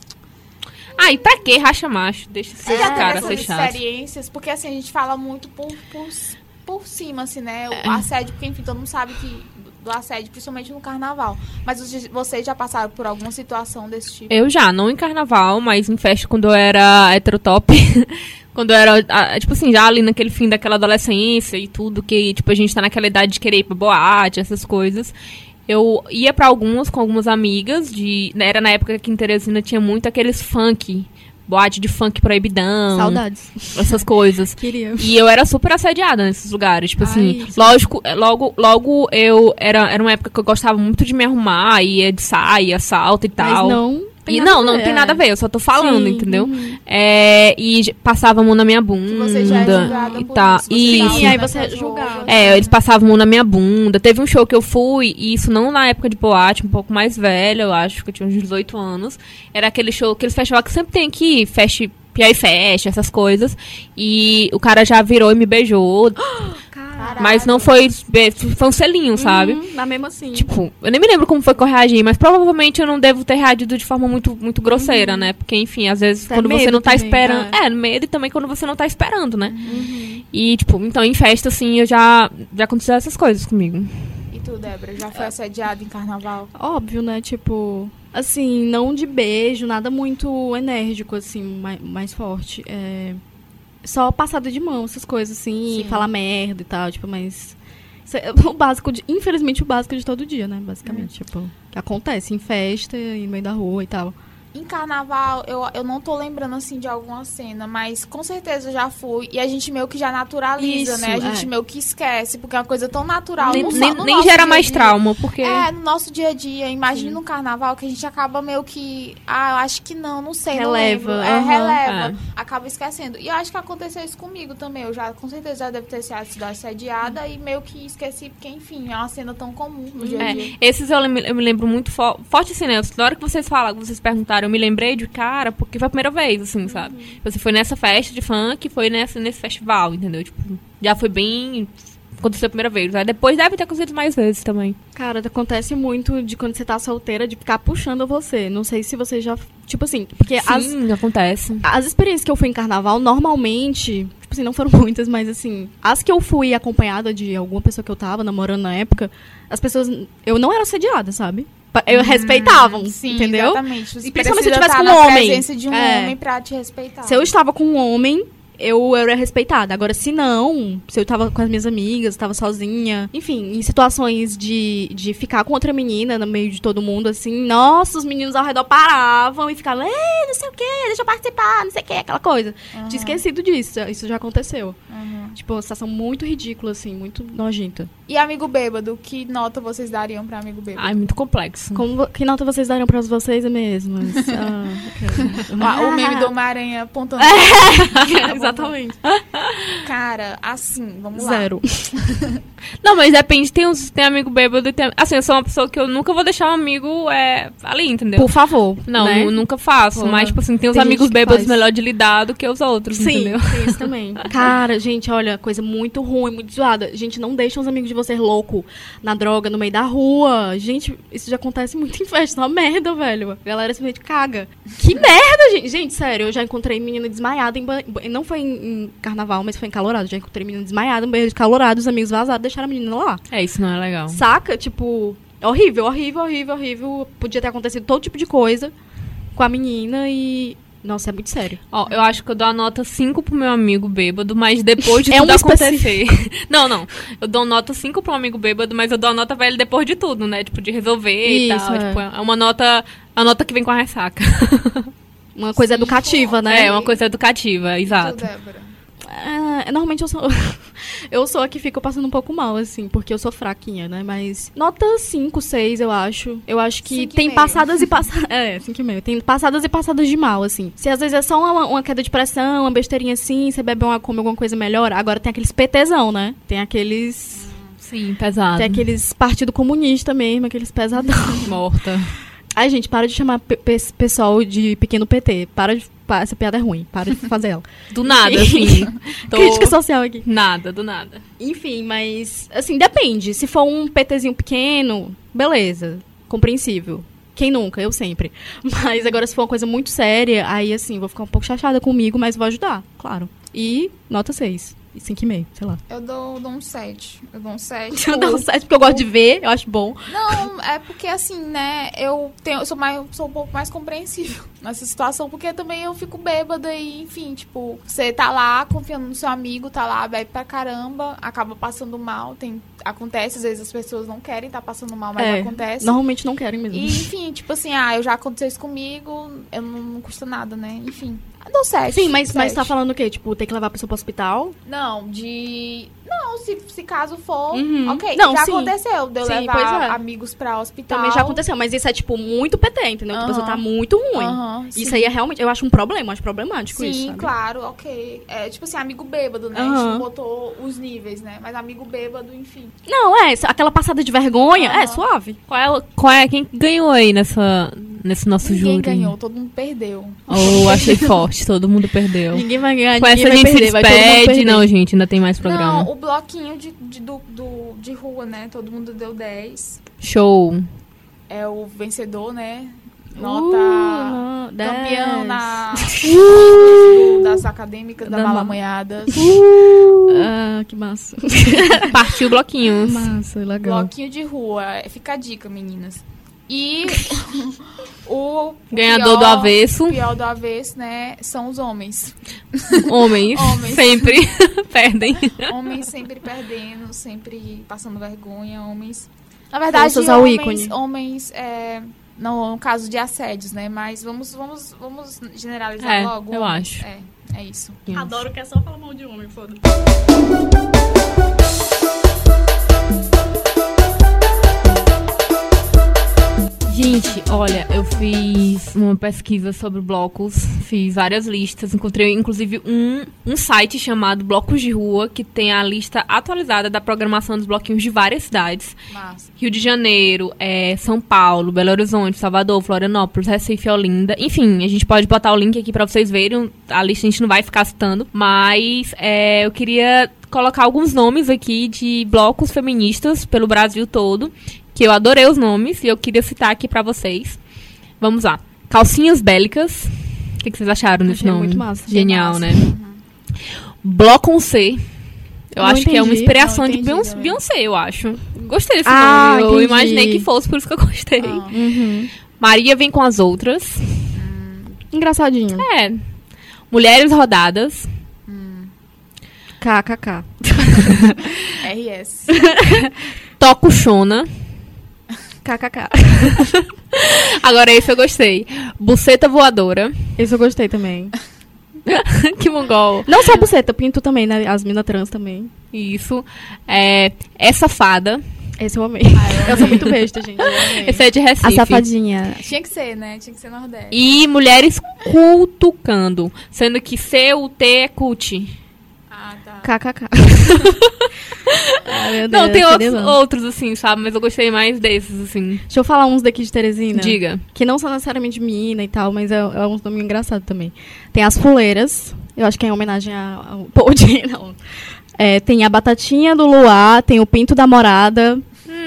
E pra que racha macho? Deixa esses Já teve caras essas ser chatos. experiências, porque assim, a gente fala muito por cima, assim, né? O assédio, porque enfim, todo mundo sabe que do assédio, principalmente no carnaval. Mas vocês já passaram por alguma situação desse tipo? Eu já, não em carnaval, mas em festa quando eu era heterotop. Quando eu era, tipo assim, já ali naquele fim daquela adolescência e tudo, que, tipo, a gente tá naquela idade de querer ir pra boate, essas coisas. Eu ia pra algumas, com algumas amigas, era na época que em Teresina tinha muito aqueles funk, boate de funk proibidão. Saudades. Essas coisas. Queria. E eu era super assediada nesses lugares, tipo assim, Ai, lógico, logo eu, era uma época que eu gostava muito de me arrumar, ia de saia, salto e tal. Mas não... E não tem nada a ver, eu só tô falando, Sim, entendeu? E passava a mão na minha bunda. Que você já é julgada e por tá. isso. Você Isso. tá E aí usando você essas é julgada. roupas. Eles passavam a mão na minha bunda. Teve um show que eu fui, e isso não na época de boate, um pouco mais velha, eu acho, que eu tinha uns 18 anos. Era aquele show, aqueles festivais que sempre tem aqui, Piauí Fest, essas coisas. E o cara já virou e me beijou. Caraca. Mas não foi um selinho, sabe? Mas mesmo assim. Tipo, eu nem me lembro como foi que eu reagi, mas provavelmente eu não devo ter reagido de forma muito, muito grosseira, né? Porque, enfim, às vezes quando você não tá também, esperando... medo e também quando você não tá esperando, né? E, tipo, então em festa, assim, eu já aconteceu essas coisas comigo. E tu, Débora, já foi assediada em carnaval? Óbvio, né? Tipo, assim, não de beijo, nada muito enérgico, assim, mais forte. Só passada de mão, essas coisas, assim, Sim. e falar merda e tal, tipo, mas... O básico, infelizmente, o básico de todo dia, né? Basicamente, tipo, que acontece em festa, no meio da rua e tal. Em carnaval, eu não tô lembrando, assim, de alguma cena, mas com certeza eu já fui. E a gente meio que já naturaliza, Isso, né? A gente meio que esquece, porque é uma coisa tão natural. Nem no nem nosso gera dia a mais dia. trauma, porque... No nosso dia a dia. Imagina no carnaval que a gente acaba meio que... eu acho que não sei, Releva, não lembro. aham. Releva. Acaba esquecendo. E eu acho que aconteceu isso comigo também. Eu já, com certeza, já deve ter sido assediada e meio que esqueci, porque, enfim, é uma cena tão comum no dia a dia. Esses eu me lembro muito forte, assim, né? Na hora que vocês perguntaram, eu me lembrei de cara, porque foi a primeira vez, assim, sabe? Você foi nessa festa de funk, foi nesse festival, entendeu? Tipo, já foi bem... Aconteceu a primeira vez. Aí depois deve ter acontecido mais vezes também. Cara, acontece muito de quando você tá solteira, de ficar puxando você. Não sei se você já... Tipo assim, porque Sim, acontece. as experiências que eu fui em carnaval, normalmente... Tipo assim, não foram muitas, mas assim... As que eu fui acompanhada de alguma pessoa que eu tava namorando na época, as pessoas... Eu não era assediada, sabe? Eu respeitavam, Sim, entendeu? exatamente. E principalmente se eu tivesse estar com um na homem. presença de um homem pra te respeitar. Se eu estava com um homem, eu era respeitada. Agora, se não, se eu tava com as minhas amigas, tava sozinha, enfim, em situações de ficar com outra menina no meio de todo mundo, assim, nossa, os meninos ao redor paravam e ficavam, não sei o quê, deixa eu participar, não sei o quê, aquela coisa. Tinha esquecido disso, isso já aconteceu. Tipo, uma situação muito ridícula, assim, muito nojenta. E amigo bêbado, que nota vocês dariam pra amigo bêbado? Ai, muito complexo. Que nota vocês dariam pra vocês mesmas? O meme do Homem-Aranha apontando. Exatamente. Cara, assim, vamos lá. 0. Não, mas depende, tem amigo bêbado e tem... Assim, eu sou uma pessoa que eu nunca vou deixar um amigo ali, entendeu? Por favor. Não, né? eu nunca faço. Porra. Mas, tipo assim, tem os Tem amigos gente que bêbados faz. melhor de lidar do que os outros, Sim, entendeu? tem isso também. Cara, gente, olha, coisa muito ruim, muito zoada. Gente, não deixem os amigos de vocês loucos na droga, no meio da rua. Gente, isso já acontece muito em festa. É uma merda, velho. A galera simplesmente caga. Que merda, gente. Gente, sério, eu já encontrei menina desmaiada em não foi em carnaval, mas foi em calorado. Já encontrei menina desmaiada em banheiro de calorado. Os amigos vazaram, deixaram a menina lá. Isso não é legal. Saca? Tipo, horrível, horrível, horrível, horrível. Podia ter acontecido todo tipo de coisa com a menina e... Nossa, é muito sério. Ó, eu acho que eu dou a nota 5 pro meu amigo bêbado, mas depois de É tudo um acontecer. Não. Eu dou nota 5 pro amigo bêbado, mas eu dou a nota pra ele depois de tudo, né? Tipo, de resolver e Isso, tal. é. Tipo, é uma nota... A nota que vem com a ressaca. Uma coisa educativa, né? É, uma coisa educativa, exato. Tu, Débora. Normalmente eu sou a que fica passando um pouco mal, assim, porque eu sou fraquinha, né? Mas nota 5, 6, eu acho. Eu acho que 5,5. tem passadas e passadas. 5,5. Tem passadas e passadas de mal, assim. Se às vezes é só uma queda de pressão, uma besteirinha assim, você bebe come alguma coisa melhor. Agora tem aqueles PTzão, né? Tem aqueles. Sim, pesado. Tem aqueles Partido Comunista mesmo, aqueles pesadão. Morta. Ai, gente, para de chamar pessoal de pequeno PT. Essa piada é ruim. Para de fazer ela. Do nada, assim. Crítica social aqui. Nada, do nada. Enfim, mas, assim, depende. Se for um PTzinho pequeno, beleza. Compreensível. Quem nunca? Eu sempre. Mas agora, se for uma coisa muito séria, aí, assim, vou ficar um pouco chateada comigo, mas vou ajudar, claro. E nota 6. 5,5, sei lá. Eu dou um 7. Eu dou um 7. Eu dou um 7 porque eu gosto de ver, eu acho bom. Não, é porque assim, né, eu sou um pouco mais compreensível nessa situação, porque também eu fico bêbada e, enfim, tipo, você tá lá confiando no seu amigo, tá lá, bebe pra caramba, acaba passando mal, acontece, às vezes as pessoas não querem tá passando mal, mas acontece. Normalmente não querem mesmo. E, enfim, tipo assim, eu já aconteceu isso comigo, eu não custa nada, né, enfim. Eu dou 7. Sim, mas tá falando o quê? Tipo, ter que levar a pessoa pro hospital? Não, se caso for, ok. Não, já sim. aconteceu de eu Sim, levar amigos pra hospital. Também já aconteceu, mas isso é, tipo, muito PT, entendeu? Tipo, a pessoa tá muito ruim. Isso aí é realmente, eu acho um problema, acho problemático isso, Sim, sabe? claro, ok. É, tipo assim, amigo bêbado, né? A gente não botou os níveis, né? Mas amigo bêbado, enfim. Não, aquela passada de vergonha, suave. Quem ganhou aí nesse nosso Ninguém júri? ganhou, todo mundo perdeu. Achei forte, todo mundo perdeu. Ninguém vai ganhar, Com ninguém essa vai gente perder, se vai todo mundo despede. perder. Não, gente, ainda tem mais programa. Não, o bloquinho de rua, né? Todo mundo deu 10. Show. É o vencedor, né? Nota campeão 10. das acadêmicas da Malamanhadas. Que massa. Partiu bloquinhos. Massa, legal. Bloquinho de rua. Fica a dica, meninas. E o Ganhador do avesso. O pior do avesso, né? São os homens. Homens. Sempre perdem. Homens sempre perdendo, sempre passando vergonha. Homens. Na verdade, Forças ao ícone. Homens no caso de assédios, né? Mas vamos generalizar logo. Eu acho. É isso. Adoro que é só falar mal de homem, foda-se. Gente, olha, eu fiz uma pesquisa sobre blocos, fiz várias listas, encontrei inclusive um site chamado Blocos de Rua, que tem a lista atualizada da programação dos bloquinhos de várias cidades. Massa. Rio de Janeiro, São Paulo, Belo Horizonte, Salvador, Florianópolis, Recife, Olinda. Enfim, a gente pode botar o link aqui pra vocês verem, a lista a gente não vai ficar citando, mas eu queria colocar alguns nomes aqui de blocos feministas pelo Brasil todo, que eu adorei os nomes e eu queria citar aqui pra vocês. Vamos lá. Calcinhas Bélicas. O que vocês acharam desse nome? Muito massa. Genial, massa. né? Bloco C. Eu Não acho que é uma entendi. inspiração Não de entendi Beyoncé, eu acho. Gostei desse nome. Eu entendi. imaginei que fosse, por isso que eu gostei. Maria Vem com as Outras. Engraçadinho. Mulheres Rodadas. KKK. RS. Toco Chona. KKK. Agora esse eu gostei. Buceta Voadora. Esse eu gostei também. Que mongol. Não só buceta, pinto também, né? As minas trans também. Isso. Essa Fada. Esse eu amei. Eu sou muito besta, gente. Eu amei. Esse é de Recife. A safadinha. Tinha que ser, né? Tinha que ser Nordeste. E Mulheres Cutucando. Sendo que C-U-T é cult. Tá. KKK. Meu Deus, Não, tem cadê outros, assim, sabe? Mas eu gostei mais desses, assim. Deixa eu falar uns daqui de Teresina. Diga. Que não são necessariamente mina e tal, mas é um nome engraçado também. Tem as Fuleiras. Eu acho que é em homenagem ao Pod, não. Tem a Batatinha do Luar, tem o Pinto da Morada.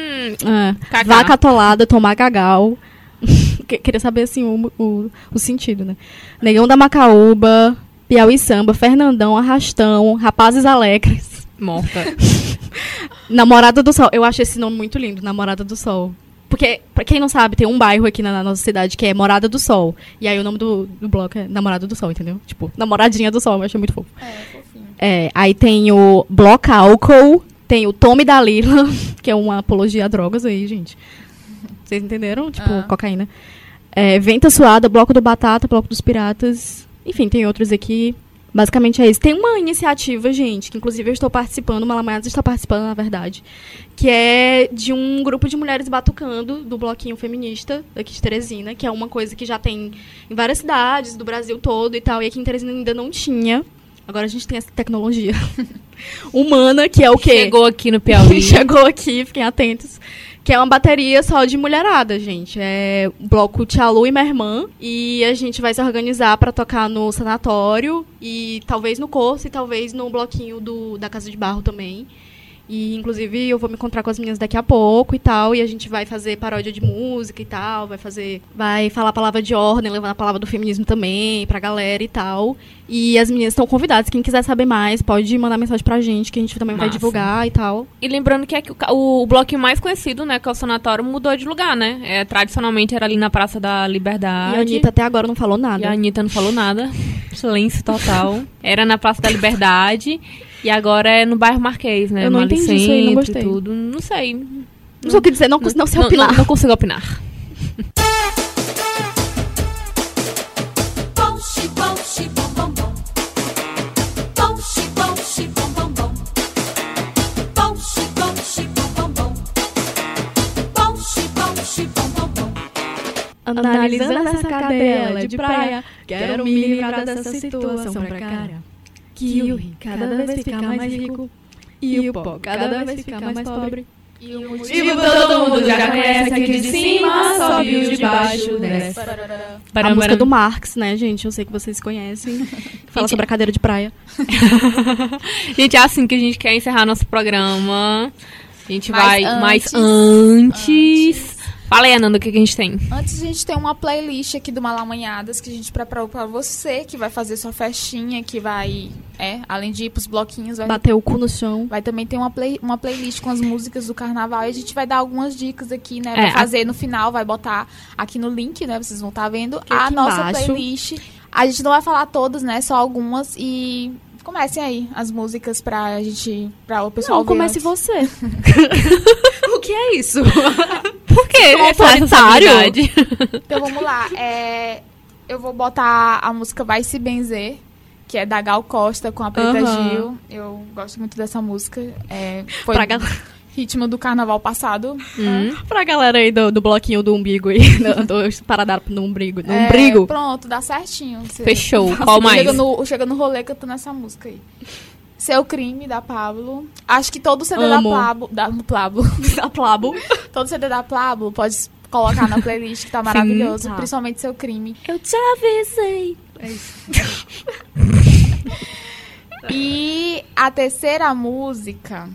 Vaca Atolada, Tomar Gagal. Queria saber, assim, o sentido, né? Negão da Macaúba, Piauí Samba, Fernandão, Arrastão, Rapazes Alegres. Morta. Namorada do Sol. Eu acho esse nome muito lindo, Namorada do Sol. Porque, pra quem não sabe, tem um bairro aqui na nossa cidade que é Morada do Sol. E aí o nome do bloco é Namorada do Sol, entendeu? Tipo, Namoradinha do Sol, eu achei muito fofo. Fofinho. Aí tem o Bloco Álcool, tem o Tome Dalila, que é uma apologia a drogas aí, gente. Vocês entenderam? Tipo, cocaína. Venta Suada, Bloco do Batata, Bloco dos Piratas. Enfim, tem outros aqui. Basicamente é isso. Tem uma iniciativa, gente, que inclusive eu estou participando, Malamanhadas está participando, na verdade, que é de um grupo de mulheres batucando, do bloquinho feminista daqui de Teresina, que é uma coisa que já tem em várias cidades do Brasil todo e tal, e aqui em Teresina ainda não tinha. Agora a gente tem essa tecnologia humana, que é o quê? Chegou aqui no Piauí. Chegou aqui, fiquem atentos. Que é uma bateria só de mulherada, gente. É o bloco Tia Lu e minha irmã. E a gente vai se organizar pra tocar no sanatório. E talvez no curso e talvez no bloquinho da Casa de Barro também. E, inclusive, eu vou me encontrar com as meninas daqui a pouco e tal. E a gente vai fazer paródia de música e tal. Vai falar a palavra de ordem, levando a palavra do feminismo também pra galera e tal. E as meninas estão convidadas. Quem quiser saber mais, pode mandar mensagem pra gente, que a gente também vai divulgar e tal. E lembrando que o bloquinho mais conhecido, né, que é o Sanatório, mudou de lugar, né? Tradicionalmente era ali na Praça da Liberdade. E a Anitta até agora não falou nada. E a Anitta não falou nada. Silêncio total. Era na Praça da Liberdade. E agora é no bairro Marquês, né? Eu não entendi isso aí, não gostei. Tudo. Não sei. Não sei o que dizer, não sei opinar. Não consigo opinar. Analisando essa cadela de praia, quero me livrar dessa situação precária. Que o rico cada vez fica mais rico e o pobre cada vez fica mais pobre. E o motivo todo mundo já conhece, aqui de cima sobe o de baixo desce. A música do Marx, né, gente? Eu sei que vocês conhecem. Fala sobre a cadeira de praia. Gente, é assim que a gente quer encerrar nosso programa. A gente vai... Mas antes... Fala aí, Ananda, o que a gente tem? Antes a gente tem uma playlist aqui do Malamanhadas que a gente preparou pra você, que vai fazer sua festinha, que vai, além de ir pros bloquinhos... Vai bater o cu no chão. Vai também ter uma playlist com as músicas do carnaval e a gente vai dar algumas dicas aqui, né? Vai fazer no final, vai botar aqui no link, né? Vocês vão estar vendo a nossa playlist. A gente não vai falar todas, né? Só algumas e... Comecem aí as músicas pra o pessoal ver. Não, comece você. O que é isso? Por quê? É autoritário? Então vamos lá. Eu vou botar a música Vai Se Benzer, que é da Gal Costa com a Preta Gil. Eu gosto muito dessa música. Foi ritmo do carnaval passado. Pra galera aí do bloquinho do umbigo aí. Do paradar no umbigo. No umbrigo. Pronto, dá certinho. Fechou. Qual mais? Chega no rolê cantando essa música aí. Seu Crime, da Pablo. Acho que todo CD da Pablo... Da Pablo. Todo CD da Pablo pode colocar na playlist, que tá maravilhoso. Sim, tá. Principalmente Seu Crime. Eu te avisei. É isso. E a terceira música...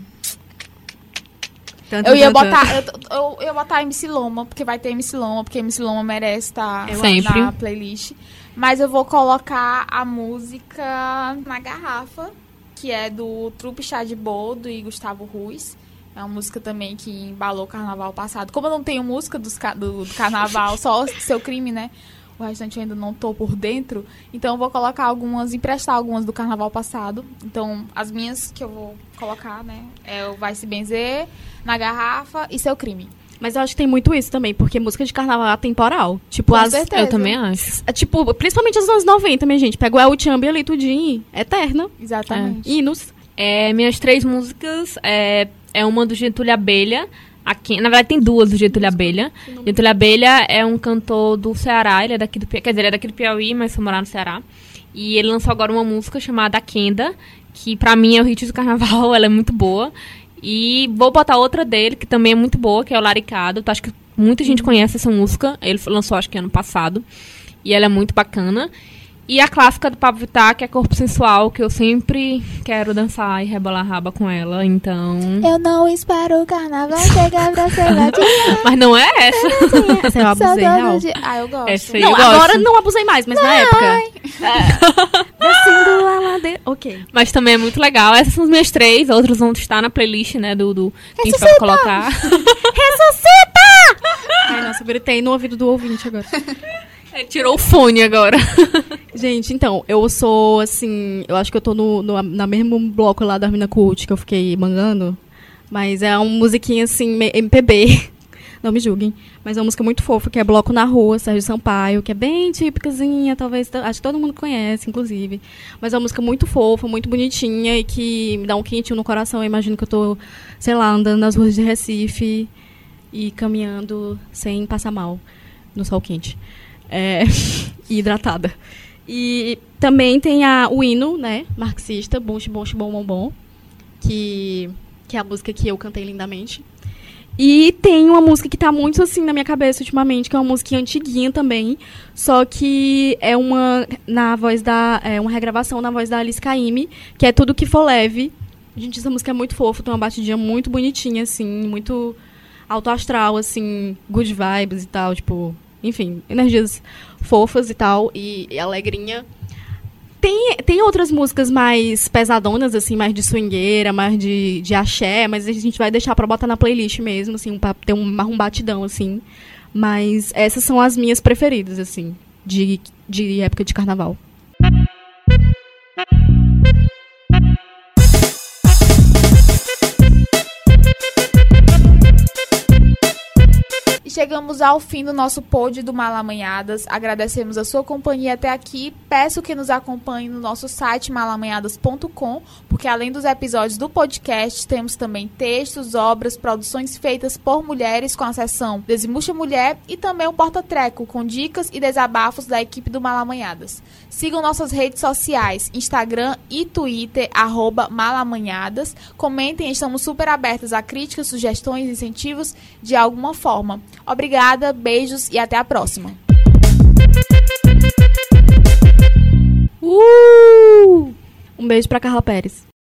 Eu ia botar MC Loma, porque vai ter MC Loma, porque MC Loma merece estar na playlist. Mas eu vou colocar a música Na Garrafa, que é do Trupe Chá de Boldo e Gustavo Ruiz. É uma música também que embalou o carnaval passado. Como eu não tenho música do carnaval, só Seu Crime, né? O restante eu ainda não tô por dentro. Então eu vou colocar emprestar algumas do carnaval passado. Então as minhas que eu vou colocar, né? É o Vai Se Benzer, Na Garrafa e Seu Crime. Mas eu acho que tem muito isso também, porque música de carnaval é atemporal. Tipo, com certeza. Eu também acho. Tipo, principalmente as anos 90, minha gente. Pega o El Chambi ali, tudinho. Eterna. Exatamente. Hinos. Minhas 3 músicas é uma do Getúlio Abelha. Aqui, na verdade, tem 2 do Getúlio Abelha. Getúlio Abelha é um cantor do Ceará, ele é daqui do Piauí, mas foi morar no Ceará. E ele lançou agora uma música chamada Quenda, que pra mim é o hit do carnaval, ela é muito boa. E vou botar outra dele, que também é muito boa, que é o Laricado. Acho que muita gente conhece essa música, ele lançou acho que ano passado. E ela é muito bacana. E a clássica do Pablo Vittar, que é Corpo Sensual, que eu sempre quero dançar e rebolar a raba com ela, então... Eu não espero o carnaval chegar pra ser batida. Mas não é essa. Essa eu abusei, real. Eu gosto. Essa não, eu agora gosto. não abusei mais, mas na época... Descendo a ladeira... Ok. Mas também é muito legal. Essas são as minhas 3, outros vão estar na playlist, né, do que a gente vai colocar. Ressuscita! Ai, nossa, eu gritei no ouvido do ouvinte agora. Tirou o fone agora. Gente, então, eu sou, assim... Eu acho que eu tô na mesmo bloco lá da Mina Cult que eu fiquei mangando. Mas é uma musiquinha, assim, MPB. Não me julguem. Mas é uma música muito fofa, que é Bloco na Rua, Sérgio Sampaio. Que é bem típicazinha, talvez... Acho que todo mundo conhece, inclusive. Mas é uma música muito fofa, muito bonitinha. E que me dá um quentinho no coração. Eu imagino que eu tô, sei lá, andando nas ruas de Recife. E caminhando sem passar mal no sol quente. E hidratada. E também tem o hino, né, marxista, Bom, Bom, Bom, Bom, Bom, que é a música que eu cantei lindamente. E tem uma música que tá muito assim na minha cabeça ultimamente, que é uma música antiguinha também, só que é uma regravação na voz da Alice Caymmi, que é Tudo Que For Leve, Gente, essa música é muito fofa, tem uma batidinha muito bonitinha, assim, muito alto astral, assim, good vibes e tal, tipo, enfim, energias fofas e tal, e alegrinha. Tem outras músicas mais pesadonas, assim, mais de swingueira, mais de axé, mas a gente vai deixar pra botar na playlist mesmo, assim, pra ter um batidão, assim. Mas essas são as minhas preferidas, assim, de época de carnaval. Chegamos ao fim do nosso pod do Malamanhadas. Agradecemos a sua companhia até aqui. Peço que nos acompanhe no nosso site malamanhadas.com, porque além dos episódios do podcast, temos também textos, obras, produções feitas por mulheres com a seção Desmucha Mulher e também um porta-treco com dicas e desabafos da equipe do Malamanhadas. Sigam nossas redes sociais, Instagram e Twitter, @malamanhadas. Comentem, estamos super abertas a críticas, sugestões, incentivos de alguma forma. Obrigada, beijos e até a próxima. Um beijo pra Carla Pérez.